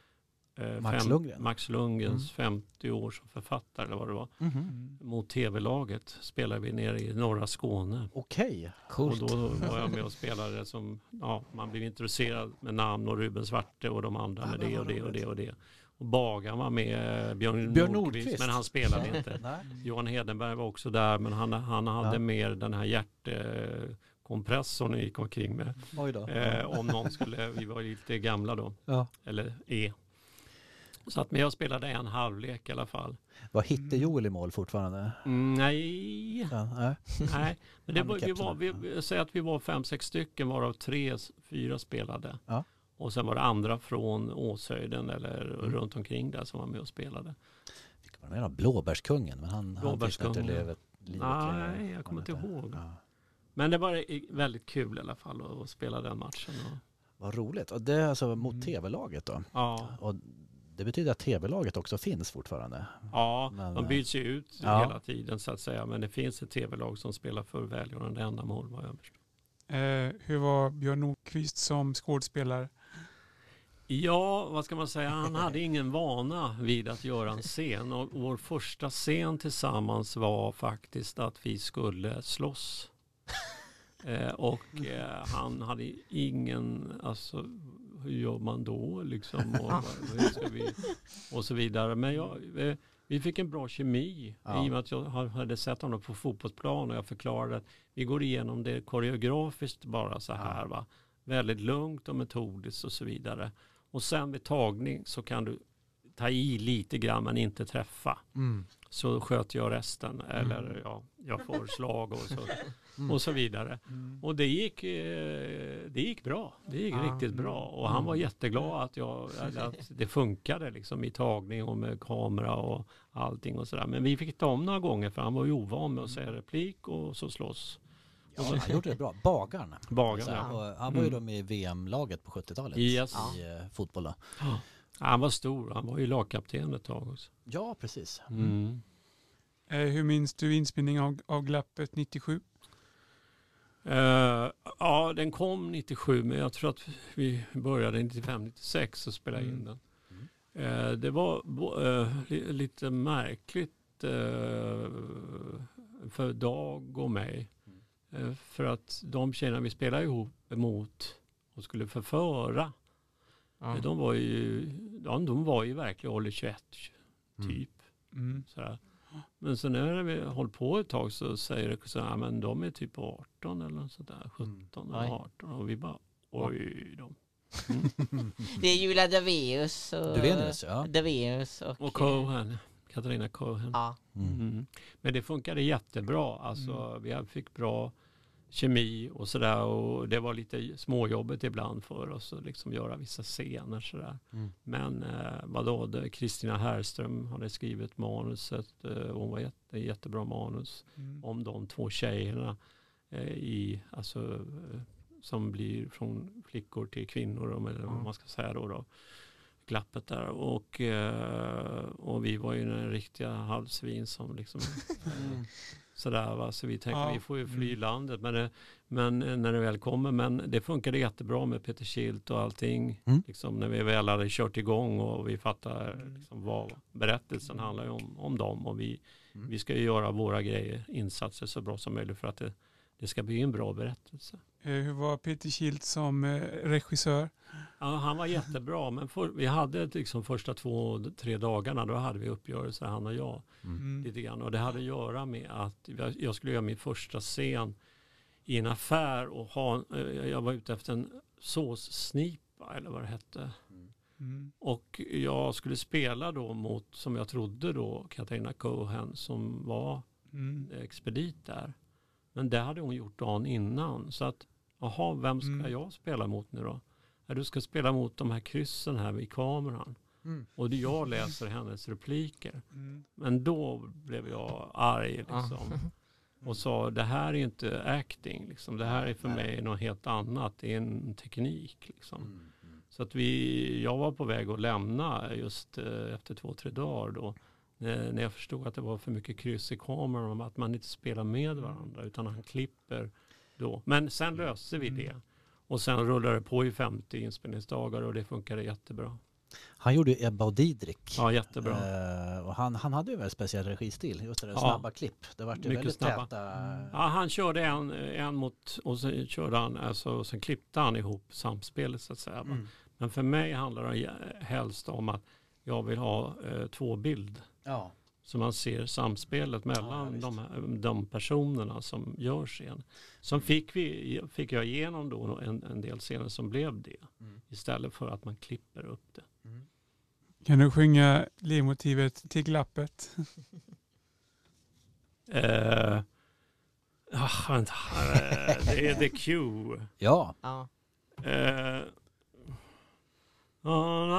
Max Lundgrens 50 år som författare eller vad det var. Mot tv-laget spelar vi nere i norra Skåne. Okej, coolt. Och då var jag med och spelade som, man blev intresserad med namn och Ruben Svarte och de andra med det och det och det och det. Och Bagan var med Björn Nordqvist, men han spelade inte. Johan Hedenberg var också där, men han hade mer den här kompressorn gick omkring med. Om någon vi var lite gamla då. Ja. Eller Så att jag spelade en halvlek i alla fall. Var hitte Joel i mål fortfarande? Nej. Nej. Men vi säger att vi var 5-6 stycken varav 3-4 spelade. Ja. Och sen var det andra från Åshöjden eller runt omkring där som var med och spelade. Vilka var det med? Blåbärskungen, men han fick inte livet Nej, jag kommer inte ihåg. Ja. Men det var väldigt kul i alla fall att spela den matchen. Vad roligt. Och det är alltså mot tv-laget då? Ja. Och det betyder att tv-laget också finns fortfarande? Ja, de byts ju ut hela tiden så att säga. Men det finns ett tv-lag som spelar för välgörande ändamål vad jag förstår. Hur var Björn Nordqvist som skådespelare? Ja, vad ska man säga? Han hade ingen vana vid att göra en scen. Och vår första scen tillsammans var faktiskt att vi skulle slåss. Han hade ingen, alltså hur gör man då liksom och så vidare. Men vi fick en bra kemi i och med att jag hade sett honom på fotbollsplan och jag förklarade att vi går igenom det koreografiskt bara så här va. Väldigt lugnt och metodiskt och så vidare. Och sen vid tagning så kan du ta i lite grann men inte träffa. så sköt jag resten. Eller jag får slag och så vidare. Och det gick bra. Det gick riktigt bra. Och han var jätteglad att det funkade liksom i tagning och med kamera och allting och sådär. Men vi fick ta om några gånger för han var ju ovan med att säga replik och så slåss. Ja, han gjorde det bra. Bagaren. Ja. Han var ju då med i VM-laget på 70-talet i fotboll då. Ja. Han var stor. Han var ju lagkapten ett tag också. Ja, precis. Hur minns du inspelning av Glappet 97? Ja, den kom 97, men jag tror att vi började 95-96 och spela in den. Det var lite märkligt för Dag och mig. För att de tjejerna vi spelade ihop emot och skulle förföra, de var ju verkligen ålder 21 typ. Sådär. Men sen när vi håller på ett tag så säger det så här, men de är typ 18 eller något sådär, 17 eller 18 och vi bara, oj de. Det är Julia Daveus och Cohen. Katarina Cohen. Ja. Men det funkade jättebra. Alltså, vi fick bra kemi och sådär. Och det var lite småjobbet ibland för oss att liksom göra vissa scener. Sådär. Men Kristina Härström hade skrivit manuset. Hon var jättebra manus om de två tjejerna som blir från flickor till kvinnor. Eller vad man ska säga då. Glappet där och vi var ju den riktiga halvsvin som liksom sådär va, så vi tänkte vi får ju fly landet men när det väl kommer, men det funkade jättebra med Peter Schildt och allting liksom, när vi väl hade kört igång och vi fattar liksom, vad berättelsen handlar ju om dem och vi ska ju göra våra insatser så bra som möjligt för att det ska bli en bra berättelse. Hur var Peter Schildt som regissör? Ja, han var jättebra, men vi hade liksom första 2-3 dagarna, då hade vi uppgörelser, han och jag, lite grann. Och det hade att göra med att jag skulle göra min första scen i en affär och jag var ute efter en såssnipa, eller vad det hette. Och jag skulle spela då mot, som jag trodde då, Katarina Cohen, som var expedit där. Men det hade hon gjort dagen innan. Så att, vem ska jag spela mot nu då? Du ska spela mot de här kryssen här i kameran. Och jag läser hennes repliker. Men då blev jag arg liksom. Och sa, det här är inte acting. Liksom. Det här är för mig något helt annat. Det är en teknik. Liksom. Så att jag var på väg att lämna just efter 2-3 dagar då. När jag förstod att det var för mycket kryss i kameran, att man inte spelar med varandra utan han klipper då. Men sen löste vi det. Och sen rullade det på i 50 inspelningsdagar och det funkade jättebra. Han gjorde ju Ebba och Didrik. Ja, jättebra. Och han hade ju en väldigt speciell registil. Just det, snabba klipp. Det var ju väldigt snabba. täta. Ja, han körde en mot och sen körde han, sen klippte han ihop samspelet så att säga. Men för mig handlar det helst om att jag vill ha 2 bild. Ja. Så man ser samspelet mellan de personerna som gör scen. Som fick jag igenom då en del scener som blev det. Istället för att man klipper upp det. Kan du sjunga ledmotivet till Glappet? Vänta. Det är The Cue. Ja. Det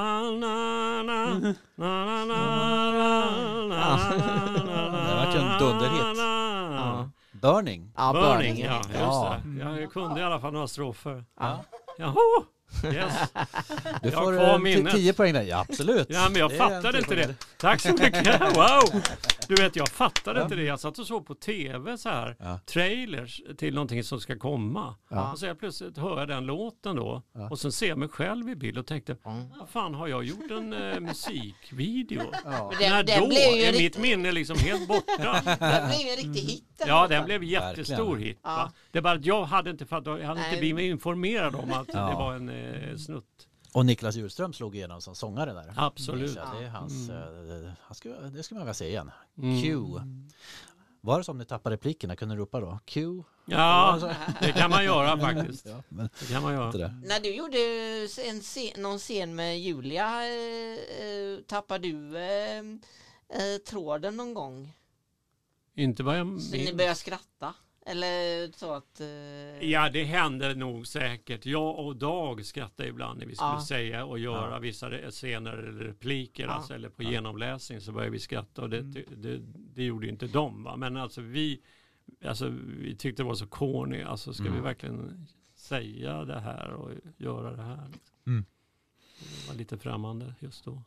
var ju en dunderhit. Burning. Ja, Burning. Ja, just det. Jag kunde i alla fall några strofer. Jaha. Yes. Du får 10 poäng där. Ja, absolut. Ja, men jag fattade inte det. Tack så mycket. Wow. Du vet, jag fattade inte det. Jag satt och såg på tv så här. Trailers till någonting som ska komma. Och så jag plötsligt hör jag den låten då. Och sen ser jag mig själv i bild och tänkte, vad fan har jag gjort en musikvideo? När då är mitt minne liksom helt borta. Den blev en riktig hit. Ja, den blev jättestor hit. Det är bara att jag hade inte blivit informerad om att det var en snutt. Och Niklas Djurström slog igenom som sångare där. Absolut. Det är hans, det ska man väl se igen. Q. Var det som ni tappade replikerna? Kunde du ropa då? Q? Ja, det kan man göra faktiskt. Det kan man göra. När du gjorde någon scen med Julia, tappade du tråden någon gång? Inte vad jag Så ni minns. börjar skratta? Eller så att... Ja, det händer nog säkert. Jag och Dag skrattar ibland när vi skulle säga och göra vissa scener eller repliker, alltså, eller på genomläsning så börjar vi skratta och det gjorde ju inte de. Va? Men alltså vi tyckte det var så corny. Alltså ska vi verkligen säga det här och göra det här? Mm. Det var lite främmande just då.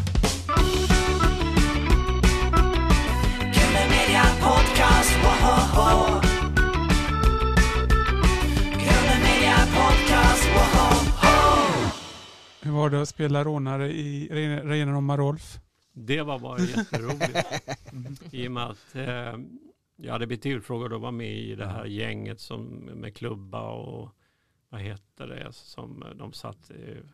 Killer Media Podcast, woho! Killer Media Podcast, woho! Hur var det att spela rånare i Renar om Rolf? Det var bara jätteroligt. I och med att jag hade blivit tillfrågad att vara med i det här gänget som, med klubba och vad heter det som de satt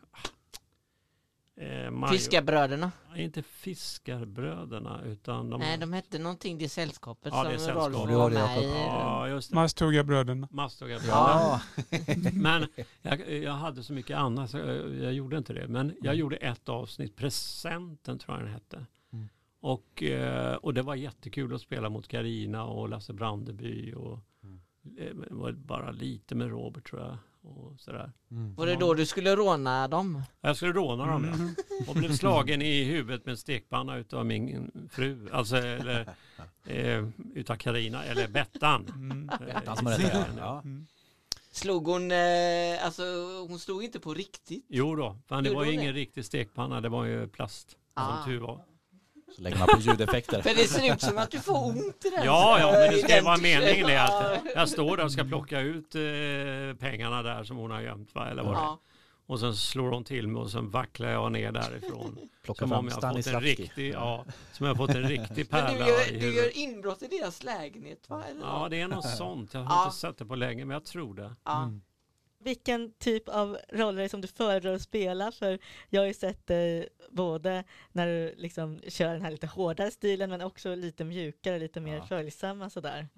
Fiskarbröderna? Inte Fiskarbröderna utan Nej, de hette någonting, det sällskapet Ja, det är som sällskapet. Rolf Det var var det, med i. Ja, just det. Mastugga-bröderna. Mastugga-bröderna. Men jag hade så mycket annat så jag gjorde inte det. Men jag gjorde ett avsnitt, Presenten tror jag den hette. Mm. Och det var jättekul att spela mot Carina och Lasse Brandeby och det var bara lite med Robert tror jag. Och sådär. Var det då du skulle råna dem? Jag skulle råna dem och blev slagen i huvudet med en stekpanna utav min fru. Alltså utav Carina eller Bettan. Bettan som det heter, ja. Slog hon, alltså hon slog inte på riktigt? Jo då, men det Gjorde var ju hon ingen riktig stekpanna, det var ju plast som tur var. Så lägger man på ljudeffekter. För det ser ut som att du får ont i den. Ja, men det ska vara meningen det att jag står där och ska plocka ut pengarna där som hon har gömt, va? Eller vad det är. Och sen slår hon till mig och sen vacklar jag ner därifrån. Plocka som fram om jag fått en Stanislavski. riktig, som jag fått en riktig pärla Men i du huvudet. gör inbrott i deras lägenhet, va? Eller? Ja, det är något sånt. Jag har inte sett det på länge, men jag tror det. Ja. Vilken typ av roller som du föredrar att spela? För jag har ju sett dig både när du liksom kör den här lite hårdare stilen men också lite mjukare, lite mer följsamma sådär.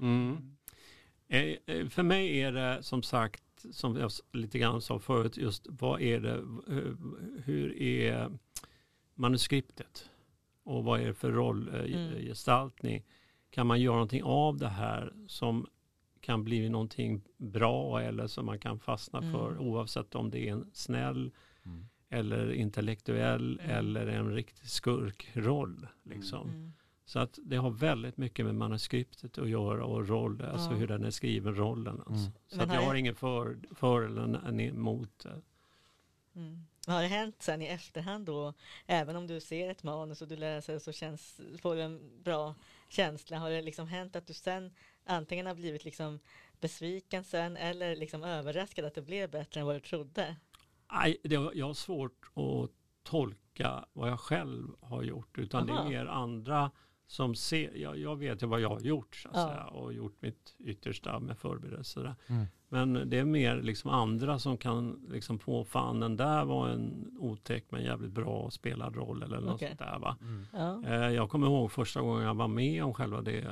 För mig är det som sagt, som jag lite grann sa förut, just vad är det, hur är manuskriptet och vad är det för rollgestaltning? Kan man göra någonting av det här som kan bli någonting bra eller som man kan fastna för oavsett om det är en snäll eller intellektuell eller en riktig skurkroll liksom. Så att det har väldigt mycket med manuskriptet att göra och roll, alltså hur den är skriven rollen. Alltså. Så att jag har ingen för eller emot det. Har det hänt sen i efterhand då, även om du ser ett manus och du läser så får du en bra känsla, har det liksom hänt att du sen antingen har blivit liksom besviken sen eller liksom överraskad att det blev bättre än vad du trodde? Nej, jag har svårt att tolka vad jag själv har gjort, utan det är mer andra som ser, jag vet ju vad jag har gjort så att säga, och gjort mitt yttersta med förberedelser. Men det är mer liksom andra som kan liksom på fan den där var en otäck men jävligt bra spelad roll eller något sånt där va. Jag kommer ihåg första gången jag var med om själva det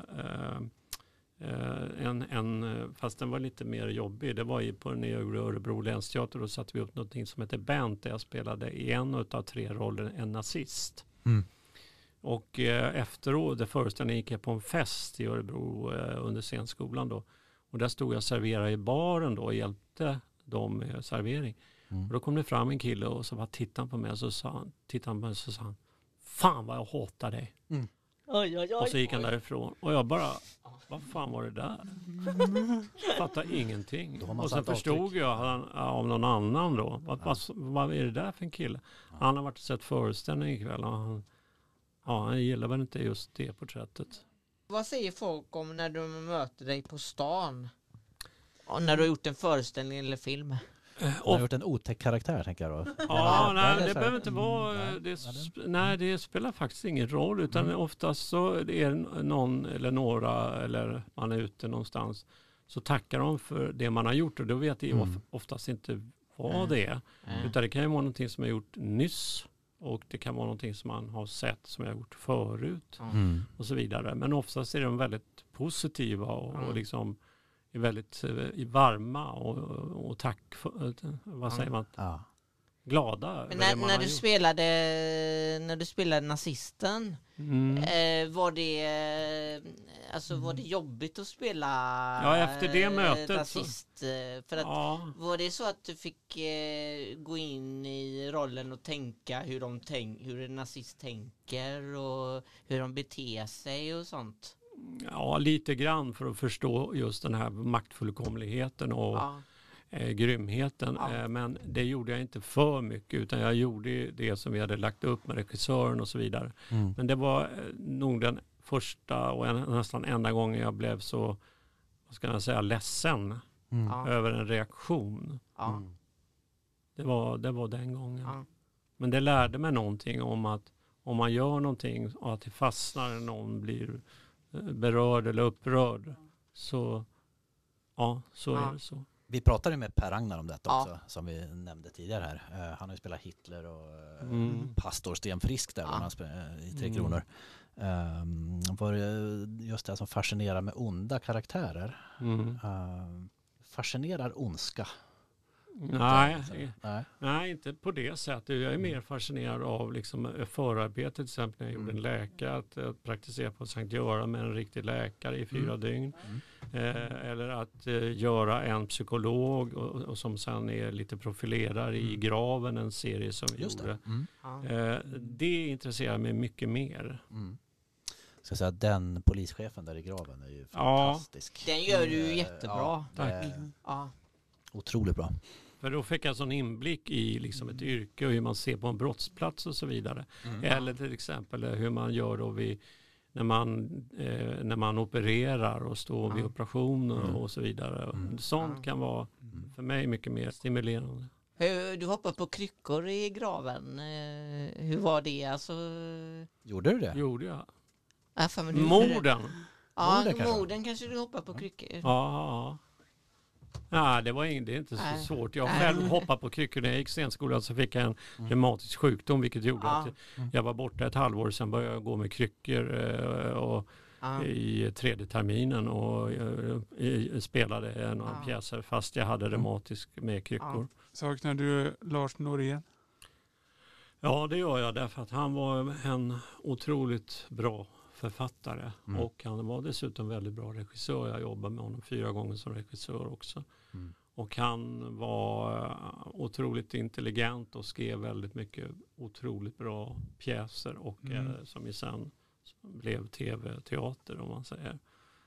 fast den var lite mer jobbig. Det var på den nya Örebro länsteater och satte vi upp någonting som heter Bent där jag spelade i en av 3 roller en nazist. Och efteråt, det föreställningen gick jag på en fest i Örebro under scenskolan då. Och där stod jag och serverade i baren då och hjälpte dem med servering. Och då kom det fram en kille och så bara tittade han på mig och så sa han, fan vad jag hatar dig. Och så gick han därifrån. Och jag bara, vad fan var det där? Fattade ingenting. Och sen förstod jag av någon annan då. Vad är det där för en kille? Han har varit och sett föreställning ikväll och han gillar väl inte just det porträttet. Vad säger folk om när de möter dig på stan? Och när du har gjort en föreställning eller film? Du har gjort en otäck karaktär tänker jag då. Nej, det behöver inte vara. Det spelar faktiskt ingen roll. Utan oftast så är det någon eller några eller man är ute någonstans. Så tackar de för det man har gjort. Och då vet jag oftast inte vad det är. Utan det kan ju vara någonting som jag gjort nyss. Och det kan vara någonting som man har sett som jag har gjort förut. Och så vidare. Men oftast är de väldigt positiva och liksom är väldigt varma och tack för, vad säger man? glada. Men när du spelade nazisten, var det jobbigt att spela efter det mötet nazist? För att var det så att du fick gå in i rollen och tänka hur en nazist tänker och hur de beter sig och sånt? Ja, lite grann för att förstå just den här maktfullkomligheten och grymheten. Men det gjorde jag inte för mycket, utan jag gjorde det som vi hade lagt upp med regissören och så vidare. Men det var nog den första och nästan enda gången jag blev så, vad ska jag säga, ledsen över en reaktion. Det var den gången. Men det lärde mig någonting om att om man gör någonting och att det fastnar när någon blir berörd eller upprörd, så är det så. Vi pratade med Per-Ragnar om detta också, som vi nämnde tidigare här. Han har ju spelat Hitler och pastor Sten Frisk där i 3 kronor. Var det just det som fascinerar med onda karaktärer? Fascinerar ondska? Nej, inte på det sättet. Jag är mer fascinerad av liksom förarbetet, till exempel när jag gjorde en läkare, att praktisera på Sankt Göran med en riktig läkare i 4 dygn. Eller att göra en psykolog och som sen är lite profilerad i Graven, en serie som vi gjorde. Det intresserar mig mycket mer. Ska säga, den polischefen där i Graven är ju fantastisk. Den gör du jättebra. Tack. Otroligt bra. För då fick jag sån inblick i liksom ett yrke och hur man ser på en brottsplats och så vidare. Eller till exempel hur man gör då när man opererar och står vid operationer och så vidare. Sånt kan vara för mig mycket mer stimulerande. Du hoppar på kryckor i Graven. Hur var det? Alltså... Gjorde du det? Gjorde jag. Morden. Ja, morden kanske du hoppar på kryckor. Ja. Nej, det är inte så svårt. Jag själv hoppade på kryckor när jag gick scenskolan, så fick jag en reumatisk sjukdom, vilket gjorde att jag var borta ett halvår. Sen började jag gå med kryckor i 3:e terminen och spelade en av pjäser fast jag hade reumatisk med kryckor. Saknar du Lars Norén? Ja, det gör jag, därför att han var en otroligt bra författare och han var dessutom väldigt bra regissör. Jag jobbade med honom 4 gånger som regissör också. Och han var otroligt intelligent och skrev väldigt mycket otroligt bra pjäser och som ju sen blev tv-teater, om man säger.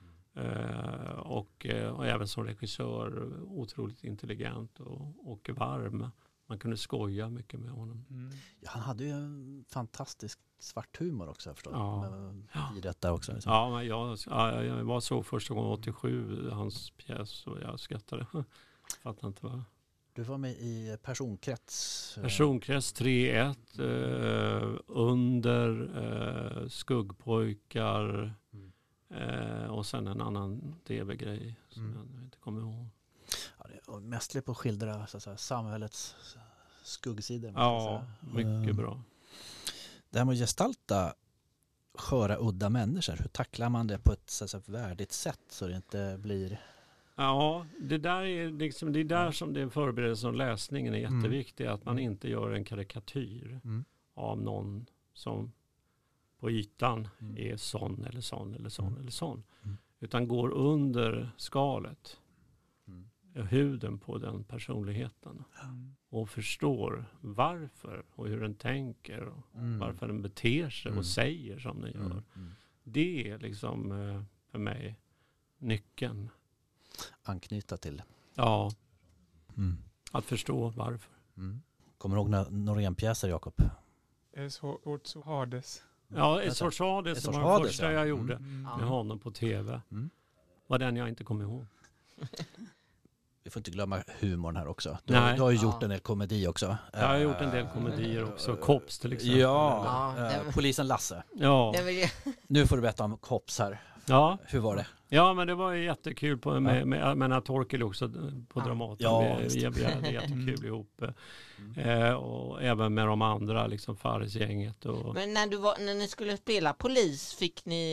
Och även som regissör otroligt intelligent och varm. Man kunde skoja mycket med honom. Ja, han hade ju en fantastisk svart humor också, jag förstår. I detta också. Liksom. Ja, men jag var så första gången 87, hans pjäs, och jag skrattade. Fattar inte vad. Du var med i Personkrets. Personkrets 3-1, Under, Skuggpojkar och sen en annan tv-grej som jag inte kommer ihåg. Ja, det är mestligt på att skildra samhällets skuggsidor. Ja, mycket bra. Det här med att gestalta sköra, udda människor, hur tacklar man det på ett värdigt sätt så det inte blir... Ja, det är där som det förberedelsen och läsningen är jätteviktig, att man inte gör en karikatyr av någon som på ytan är sån eller sån eller sån eller sån. Utan går under skalet, huden på den personligheten och förstår varför och hur den tänker och varför den beter sig och säger som den gör. Det är liksom för mig nyckeln. Anknyta till. Ja, att förstå varför. Kommer du ihåg Norén-pjäser, Jakob? Så Hades. Ja, ett sorts Hades som var det första jag gjorde med honom på tv. Var den jag inte kom ihåg. Vi får inte glömma humorn här också. Du har ju gjort en del komedi också. Jag har gjort en del komedier också. Kops till exempel. Ja, Polisen Lasse. Ja. Nu får du berätta om Kops här. Ja. Hur var det? Ja, men det var ju jättekul med Torkel också på Dramaten. Ja, vi hade jättekul ihop. Och även med de andra, liksom Fares-gänget. Men när ni skulle spela polis, fick ni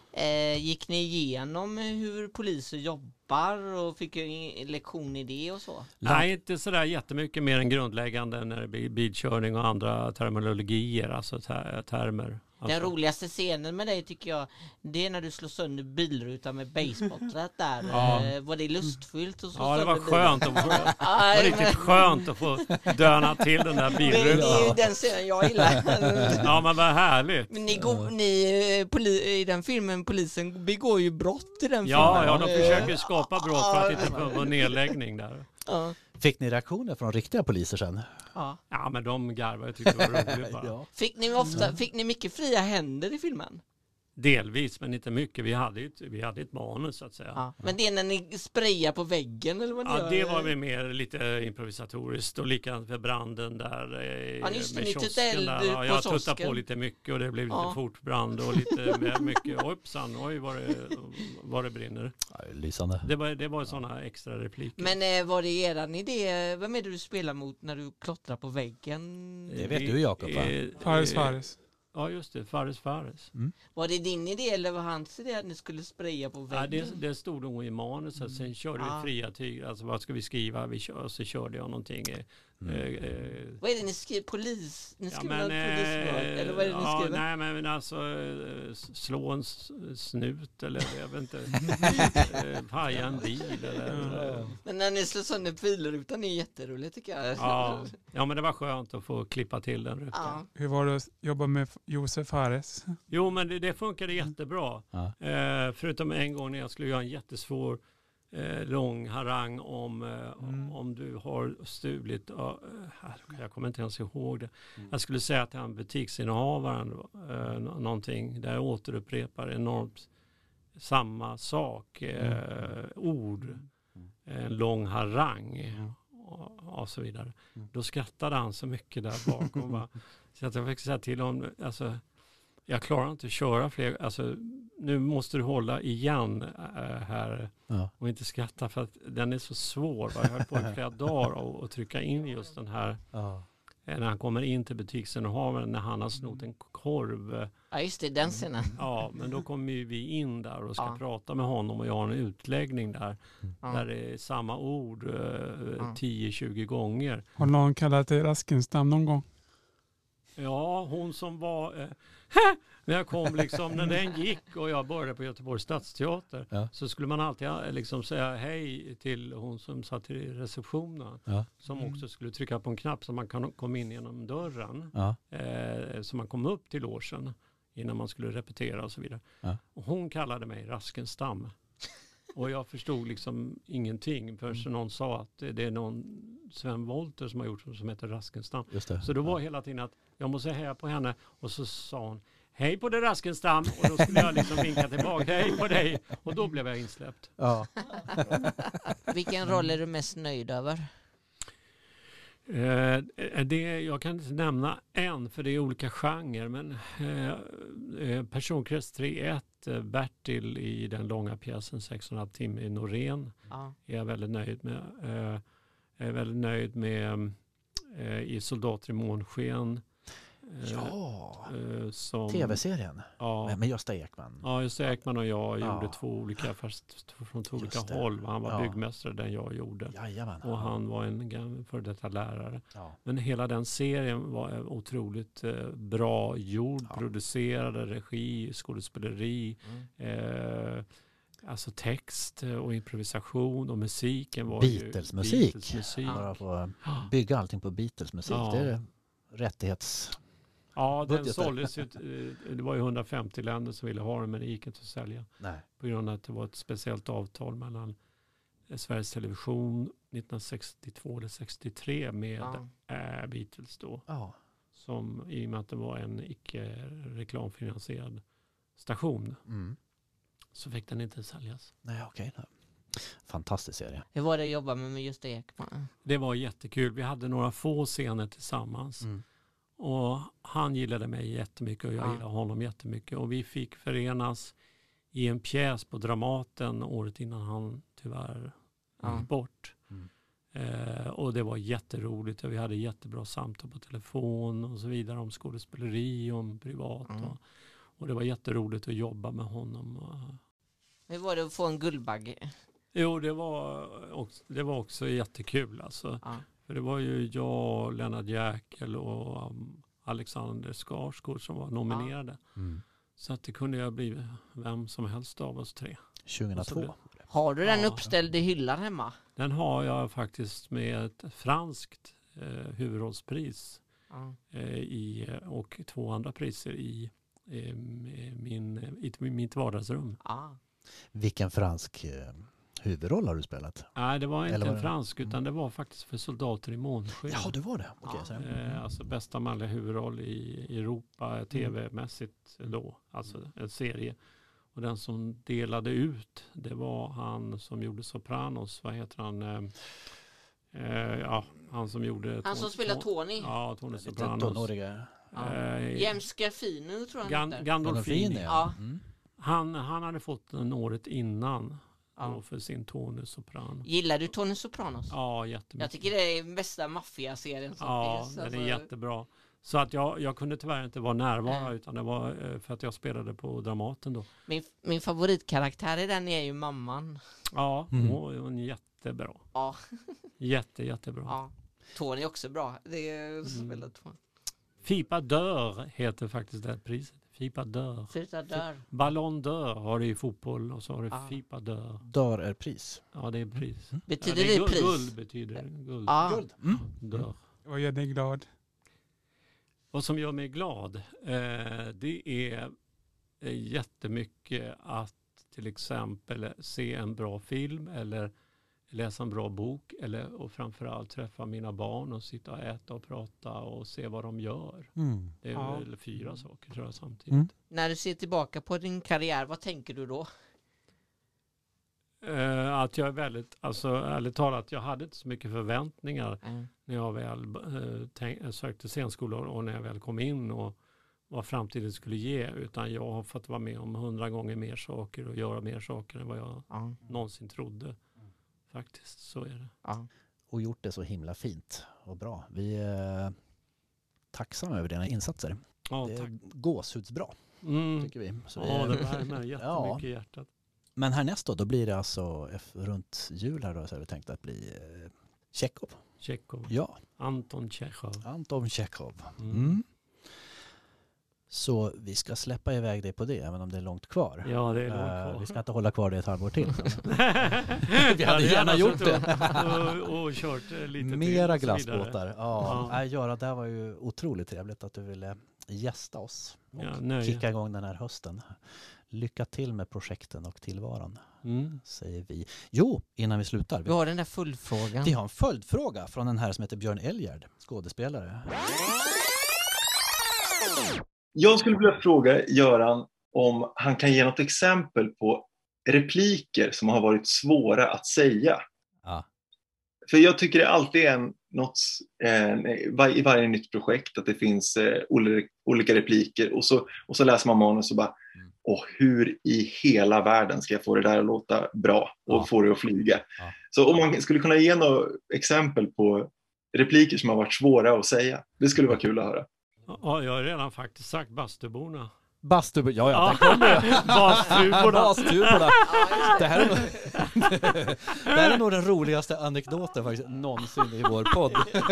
Gick ni igenom hur poliser jobbar och fick en lektion i det och så? Nej, inte sådär jättemycket mer än grundläggande när det blir bilkörning och andra terminologier, alltså termer. Den roligaste scenen med dig tycker jag, det är när du slår sönder bilrutan med basebollträt där. Ja. Var det lustfyllt? Och ja, det var skönt att få, det var riktigt skönt att få döna till den där bilrutan. Det är ju den scenen jag gillar. Ja, men vad härligt. Men i den filmen, polisen begår ju brott i den filmen. Ja, de försöker skapa brott för att inte få en nedläggning där. Ja. Fick ni reaktioner från riktiga poliser sen? Ja, men de garvade, tyckte det var roligt bara. Ja. Fick ni mycket fria händer i filmen? Delvis, men inte mycket. Vi hade ett manus så att säga. Ja. Men det är när ni sprayar på väggen eller vad ni gör? Det var väl mer lite improvisatoriskt och likadant för branden där just med ni kiosken där. på Jag tuttade kiosken. på lite mycket och det blev lite fort brand och lite mycket. Oj, vad det brinner. Ja, lysande. Det var sådana extra repliker. Men var det eran idé? Vem är det du spelar mot när du klottrar på väggen? Det vet du, Jakob, va? Fares. Ja, just det. Fares. Var det din idé eller var hans idé att ni skulle spraya på väggen? Ja, det stod nog i manuset. Sen körde vi fria tyg. Alltså vad ska vi skriva? Så körde jag någonting. Vad är det ni skriver? Ni skriver polisvård? Eller vad är det ni skriver? Nej, men alltså slå en snut eller jag vet inte. Paja en bil eller. Men när ni slår sönder bilrutan är jätteroligt tycker jag. Ja, men det var skönt att få klippa till den rutan. Ja. Hur var det att jobba med Josef Fares? Jo, men det funkade jättebra. Ja. Förutom en gång när jag skulle göra en jättesvår lång harang om du har stulit, jag kommer inte ens ihåg det. Jag skulle säga till han butiksinnehavaren någonting där jag återupprepar enormt samma sak, ord, en lång harang och så vidare. Då skrattade han så mycket där bakom. Så att jag fick säga till honom, alltså, jag klarar inte att köra fler, alltså nu måste du hålla igen här och inte skratta för att den är så svår. Jag höll på i flera dagar och trycka in just den här när han kommer in till butiksinnehavaren när han har snott en korv. Ja, just det, den scenen. Ja, men då kommer ju vi in där och ska prata med honom och jag har en utläggning där där det är samma ord 10-20 gånger. Har någon kallat dig Raskenstam någon gång? Ja, hon som var när jag kom liksom, när den gick och jag började på Göteborgs stadsteater så skulle man alltid liksom säga hej till hon som satt i receptionen som också skulle trycka på en knapp så man kan komma in genom dörren så man kom upp till logen innan man skulle repetera och så vidare. Och hon kallade mig Raskenstam. Och jag förstod liksom ingenting förrän någon sa att det är någon Sven Wollter som har gjort som heter Raskenstam. Så då var hela tiden att jag måste heja på henne och så sa hon hej på dig Raskenstam och då skulle jag liksom vinka tillbaka hej på dig och då blev jag insläppt. Ja. Vilken roll är du mest nöjd över? Jag kan inte nämna en för det är olika genrer men Personkrets 3.1 Bertil i den långa pjäsen 6,5 timmar i Norén är jag väldigt nöjd med. Jag är väldigt nöjd med i Soldater i månsken. TV-serien med Gösta Ekman. Ja, Gösta Ekman och jag gjorde två olika, fast från två olika håll. Han var byggmästare den jag gjorde. Jajamän. Och han var en för detta lärare. Men hela den serien var otroligt bra gjord, producerade, regi, skådespeleri, alltså text och improvisation och musiken var Beatles-musik. Beatles-musik. Bara få bygga allting på Beatles-musik. Det är rättighets... Ja, den såldes ut. Det var ju 150 länder som ville ha den men det gick inte att sälja. Nej. På grund av att det var ett speciellt avtal mellan Sveriges Television 1962 eller 63 med Beatles då. Som i och med att det var en icke reklamfinansierad station så fick den inte säljas. Nej, okej. Fantastisk serie. Hur var det att jobba med just Ekman? Det var jättekul. Vi hade några få scener tillsammans. Och han gillade mig jättemycket och jag gillade honom jättemycket. Och vi fick förenas i en pjäs på Dramaten året innan han tyvärr gick bort. Och det var jätteroligt och vi hade jättebra samtal på telefon och så vidare om skådespeleri och om privat. Och det var jätteroligt att jobba med honom. Hur var det att få en Guldbagge? Jo, det var också jättekul alltså. Ja. För det var ju jag, Lennart Jäkel och Alexander Skarsgård som var nominerade. Så att det kunde jag bli vem som helst av oss 3. 2002. Har du den uppställd i hyllan hemma? Den har jag faktiskt med ett franskt huvudrollspris och 2 andra priser i mitt vardagsrum. Vilken fransk huvudroll har du spelat? Nej, det var inte en fransk utan det var faktiskt för Soldater i månsken. Ja, det var det. Okay, alltså bästa manliga huvudroll i Europa tv-mässigt då. Alltså en serie. Och den som delade ut, det var han som gjorde Sopranos. Vad heter han? Han som gjorde... Han som spelar Tony. Ja, Tony Sopranos. James Gandolfini tror jag han heter. Gandolfini. Ja. Han hade fått den året innan för sin Tony Soprano. Gillar du Tony Sopranos? Ja, jättemycket. Jag tycker det är den bästa maffiaserien som finns. Ja, den är jättebra. Så att jag kunde tyvärr inte vara närvarande utan det var för att jag spelade på Dramaten då. Min favoritkaraktär i den är ju mamman. Ja, hon är jättebra. Ja. Jättebra. Ja. Tony är också bra. Det är spelat Tony. Fipa dör heter faktiskt det priset. Fipa dör. Ballon dör har det i fotboll och så har det Fipa dör. Dör är pris. Ja, det är pris. Betyder det pris? Guld betyder guld. Guld. Dör. Vad gör dig glad? Vad som gör mig glad det är jättemycket att till exempel se en bra film eller läsa en bra bok och framförallt träffa mina barn och sitta och äta och prata och se vad de gör. Det är väl 4 saker tror jag samtidigt. När du ser tillbaka på din karriär, vad tänker du då? Att jag är väldigt, alltså ärligt talat, jag hade inte så mycket förväntningar när jag väl sökte scenskolan och när jag väl kom in och vad framtiden skulle ge, utan jag har fått vara med om 100 gånger mer saker och göra mer saker än vad jag någonsin trodde. Faktiskt, så är det. Och gjort det så himla fint och bra. Vi är tacksamma över dina insatser. Ja, det är tack. gåshudsbra, tycker vi. Så det värmer jättemycket i hjärtat. Men härnäst då blir det alltså runt jul här då, så har vi tänkt att bli Tjechov. Ja. Anton Tjechov. Så vi ska släppa iväg dig på det, även om det är långt kvar. Ja, det är långt kvar. Vi ska inte hålla kvar det ett halvår till. Vi hade gärna gjort det. och kört lite mera glassbåtar. Ja. Det här var ju otroligt trevligt att du ville gästa oss och kicka igång den här hösten. Lycka till med projekten och tillvaron, säger vi. Jo, innan vi slutar. Vi har den där följdfrågan. Vi har en följdfråga från en här som heter Björn Elgärd, skådespelare. Jag skulle vilja fråga Göran om han kan ge något exempel på repliker som har varit svåra att säga. För jag tycker det alltid är i varje nytt projekt att det finns olika repliker och så läser man manus och bara hur i hela världen ska jag få det där att låta bra och få det att flyga. Så om man skulle kunna ge något exempel på repliker som har varit svåra att säga, det skulle vara kul att höra. Ja, jag har redan faktiskt sagt Bastuborna. Ja, där kommer det. Bastuborna. Det här är nog den roligaste anekdoten faktiskt någonsin i vår podd.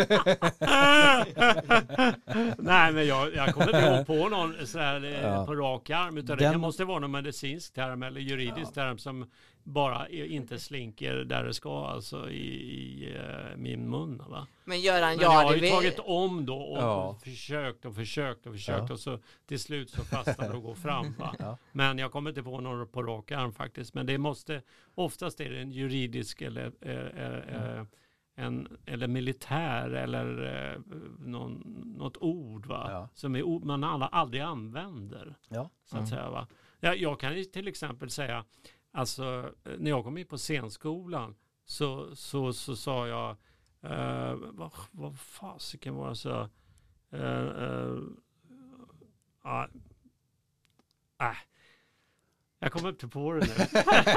Nej, men jag kommer inte ihåg på någon sådär på rak arm, utan det måste vara någon medicinsk term eller juridisk term som bara inte slinker där det ska, alltså i min mun, va? Men Göran, jag har ju tagit om då och försökt och så till slut så fastnar det och går fram, va? Men jag kommer inte på någon på rak arm faktiskt, men det måste, oftast är det en juridisk eller militär eller något ord, va? Som man alla aldrig använder, så att säga, va? Jag kan ju till exempel säga, alltså när jag kom in på scenskolan så sa jag vad fasiken var det så jag kommer inte på det nu.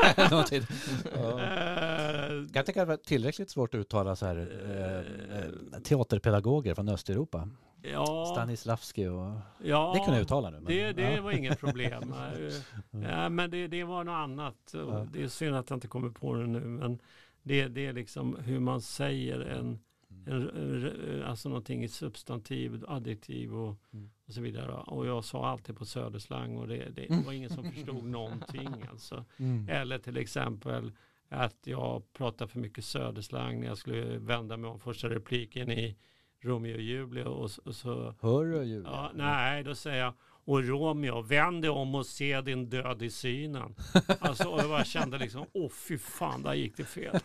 Jag tänker att det var tillräckligt svårt att uttala så här teaterpedagoger från Östeuropa. Stanislavski och... Ja, det kunde jag uttala nu. Men, det var inget problem. Men det var något annat. Det är synd att jag inte kommer på det nu. Men det är liksom hur man säger alltså någonting i substantiv, adjektiv och så vidare. Och jag sa alltid på söderslang och det var ingen som förstod någonting. Alltså. Eller till exempel att jag pratade för mycket söderslang när jag skulle vända mig om första repliken i Romeo och Julia och så... Hör Julia? Ja, nej, då säger jag och Romeo, vänd dig om och se din död i synen. Alltså, och jag kände liksom, fy fan, där gick det fel.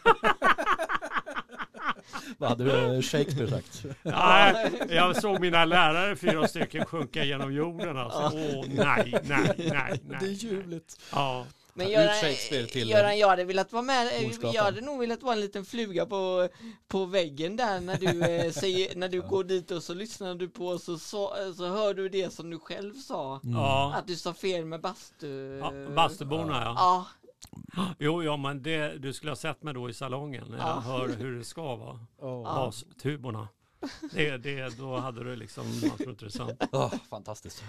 Vad hade du Shakespeare sagt? Nej, jag såg mina lärare 4 stycken sjunka genom jorden. Alltså. Nej. Det är ljuvligt. Ja. Men Göran, jag hade velat vara med. Jag hade nog velat vara en liten fluga på väggen där när du går dit och så lyssnar du på oss och så hör du det som du själv sa. Att du sa fel med bastuborna, ja. Jo, men du skulle ha sett mig då i salongen när jag hör hur det ska vara. Bastuborna. Då hade du liksom något intressant. Fantastiskt.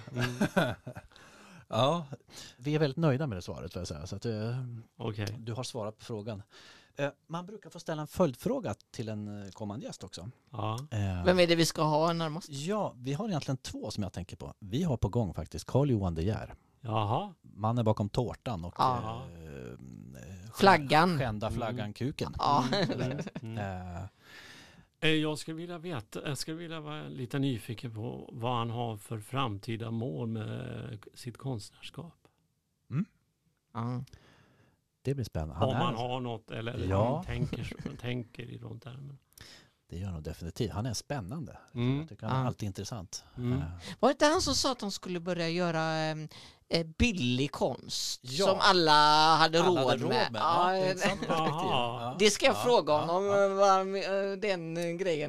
Ja, vi är väldigt nöjda med det svaret får jag säga. Så att du har svarat på frågan. Man brukar få ställa en följdfråga till en kommande gäst också. Ja. Vem är det vi ska ha närmast? Ja, vi har egentligen 2 som jag tänker på. Vi har på gång faktiskt Carl-Johan De Geer. Jaha. Mannen bakom tårtan och flaggan. Skända flaggan-kuken. Jag skulle vilja vara lite nyfiken på vad han har för framtida mål med sitt konstnärskap. Det blir spännande. Om han har något eller han tänker i de termerna. Det gör nog definitivt. Han är spännande. Jag tycker han är alltid intressant. Var det inte han som sa att han skulle börja göra billig konst som alla hade råd med? Ja, det är ett sant perspektiv. Det ska jag fråga honom den grejen.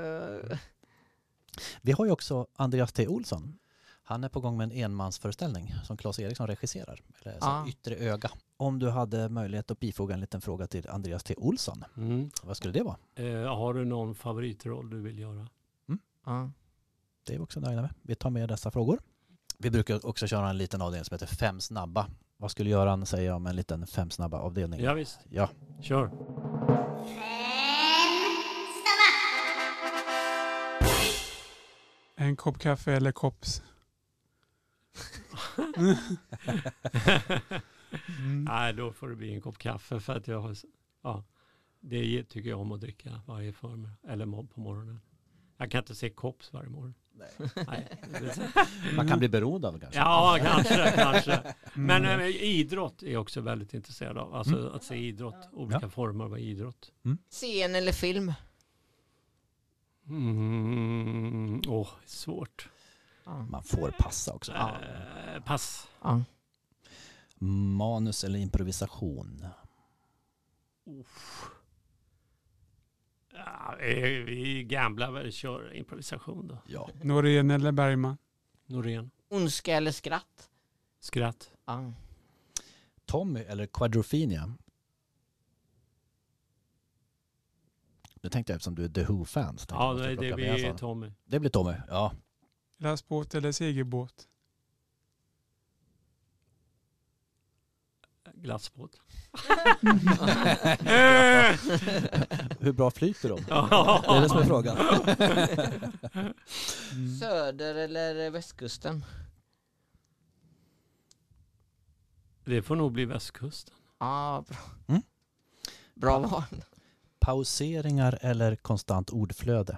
Vi har ju också Andreas T. Olsson. Han är på gång med en enmansföreställning som Claes Eriksson regisserar. Eller Yttre öga. Om du hade möjlighet att bifoga en liten fråga till Andreas T. Olsson. Vad skulle det vara? Har du någon favoritroll du vill göra? Det är vi också nöjda med. Vi tar med dessa frågor. Vi brukar också köra en liten avdelning som heter 5 snabba. Vad skulle Göran säga om en liten 5 snabba avdelning? Ja visst. Ja. Kör. 5 snabba. En kopp kaffe eller kops? Nej, då får det bli en kopp kaffe för att det tycker jag om att dricka varje förmiddag eller på morgonen. Jag kan inte se kops varje morgon. Nej. Man kan bli beroende av kanske. Ja, kanske. Men idrott är jag också väldigt intresserad av. Alltså att se idrott, olika former av idrott. Scen eller film? Svårt. Man får passa också. Pass. Manus eller improvisation? Vi gamblar väl, kör improvisation då. Ja. Norén eller Bergman? Norén. Ondska eller skratt? Skratt. Tommy eller Quadrophenia? Nu tänkte jag eftersom du är The Who-fans. Ja, det blir Tommy. Det blir Tommy, ja. Lastbåt eller segelbåt? Glassbåt. Hur bra flyter de? Det är det som är frågan. Söder eller västkusten? Det får nog bli västkusten. Ja, bra. Bra val. Pauseringar eller konstant ordflöde?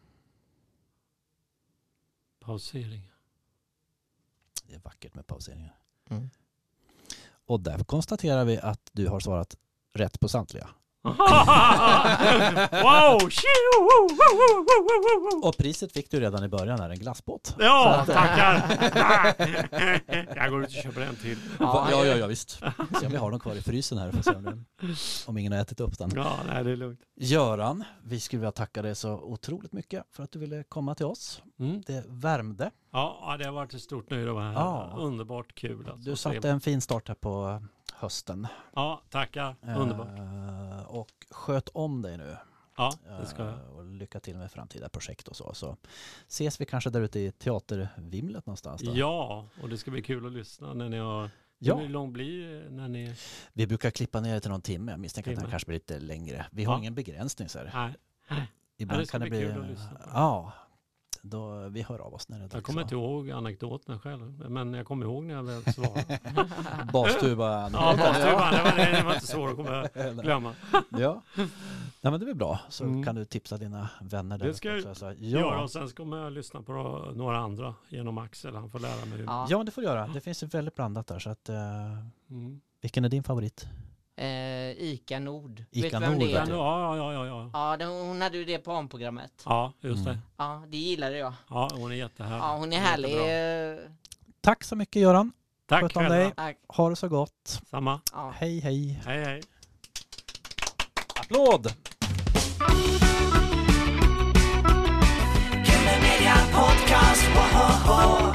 Pauseringar. Det är vackert med pauseringar. Och där konstaterar vi att du har svarat rätt på samtliga. Wow! Och priset fick du redan i början här, en glassbåt. Ja, tackar. Jag går ut och köper en till. Ja, visst. Så vi har dem kvar i frysen här för att se om ingen har ätit upp den. Ja, nej, det är lugnt. Göran, vi skulle vilja tacka dig så otroligt mycket för att du ville komma till oss. Det värmde. Ja, det har varit ett stort nöje att vara här. Ja. Underbart kul. Alltså. Du satte en fin start här på hösten. Ja, tackar. Underbart. Och sköt om dig nu. Ja, det ska jag. Och lycka till med framtida projekt och så ses vi kanske där ute i teatervimlet någonstans då. Ja, och det ska bli kul att lyssna när ni har... Ja. Hur lång blir när ni... Vi brukar klippa ner det till någon timme. Jag misstänker att den kanske blir lite längre. Vi har ingen begränsning så här. Nej. Ibland det ska kan det bli bli... kul att lyssna på. Ja, då vi hör av oss när det är dags. Jag kommer inte ihåg anekdoten själv, men jag kommer ihåg när jag väl svarade. Bastuban. Ja, bastuban. Det var inte svårt att glömma. Ja. Nej, men det är bra. Så kan du tipsa dina vänner där. Det ska jag göra, och sen kommer jag lyssna på några andra genom Axel. Han får lära mig. Ja, det får du göra. Det finns ju väldigt blandat där. Så att, vilken är din favorit? Ica Nord. Ica Vet du vem det är? Ja. Ja, hon hade ju det på programmet. Ja, just det. Ja, det gillade jag. Ja, hon är jättehärlig. Ja, hon är härlig. Tack så mycket, Göran. Tack själva. Ha det så gott. Samma. Ja. Hej, hej. Hej, hej. Applåd! Media Podcast, wow.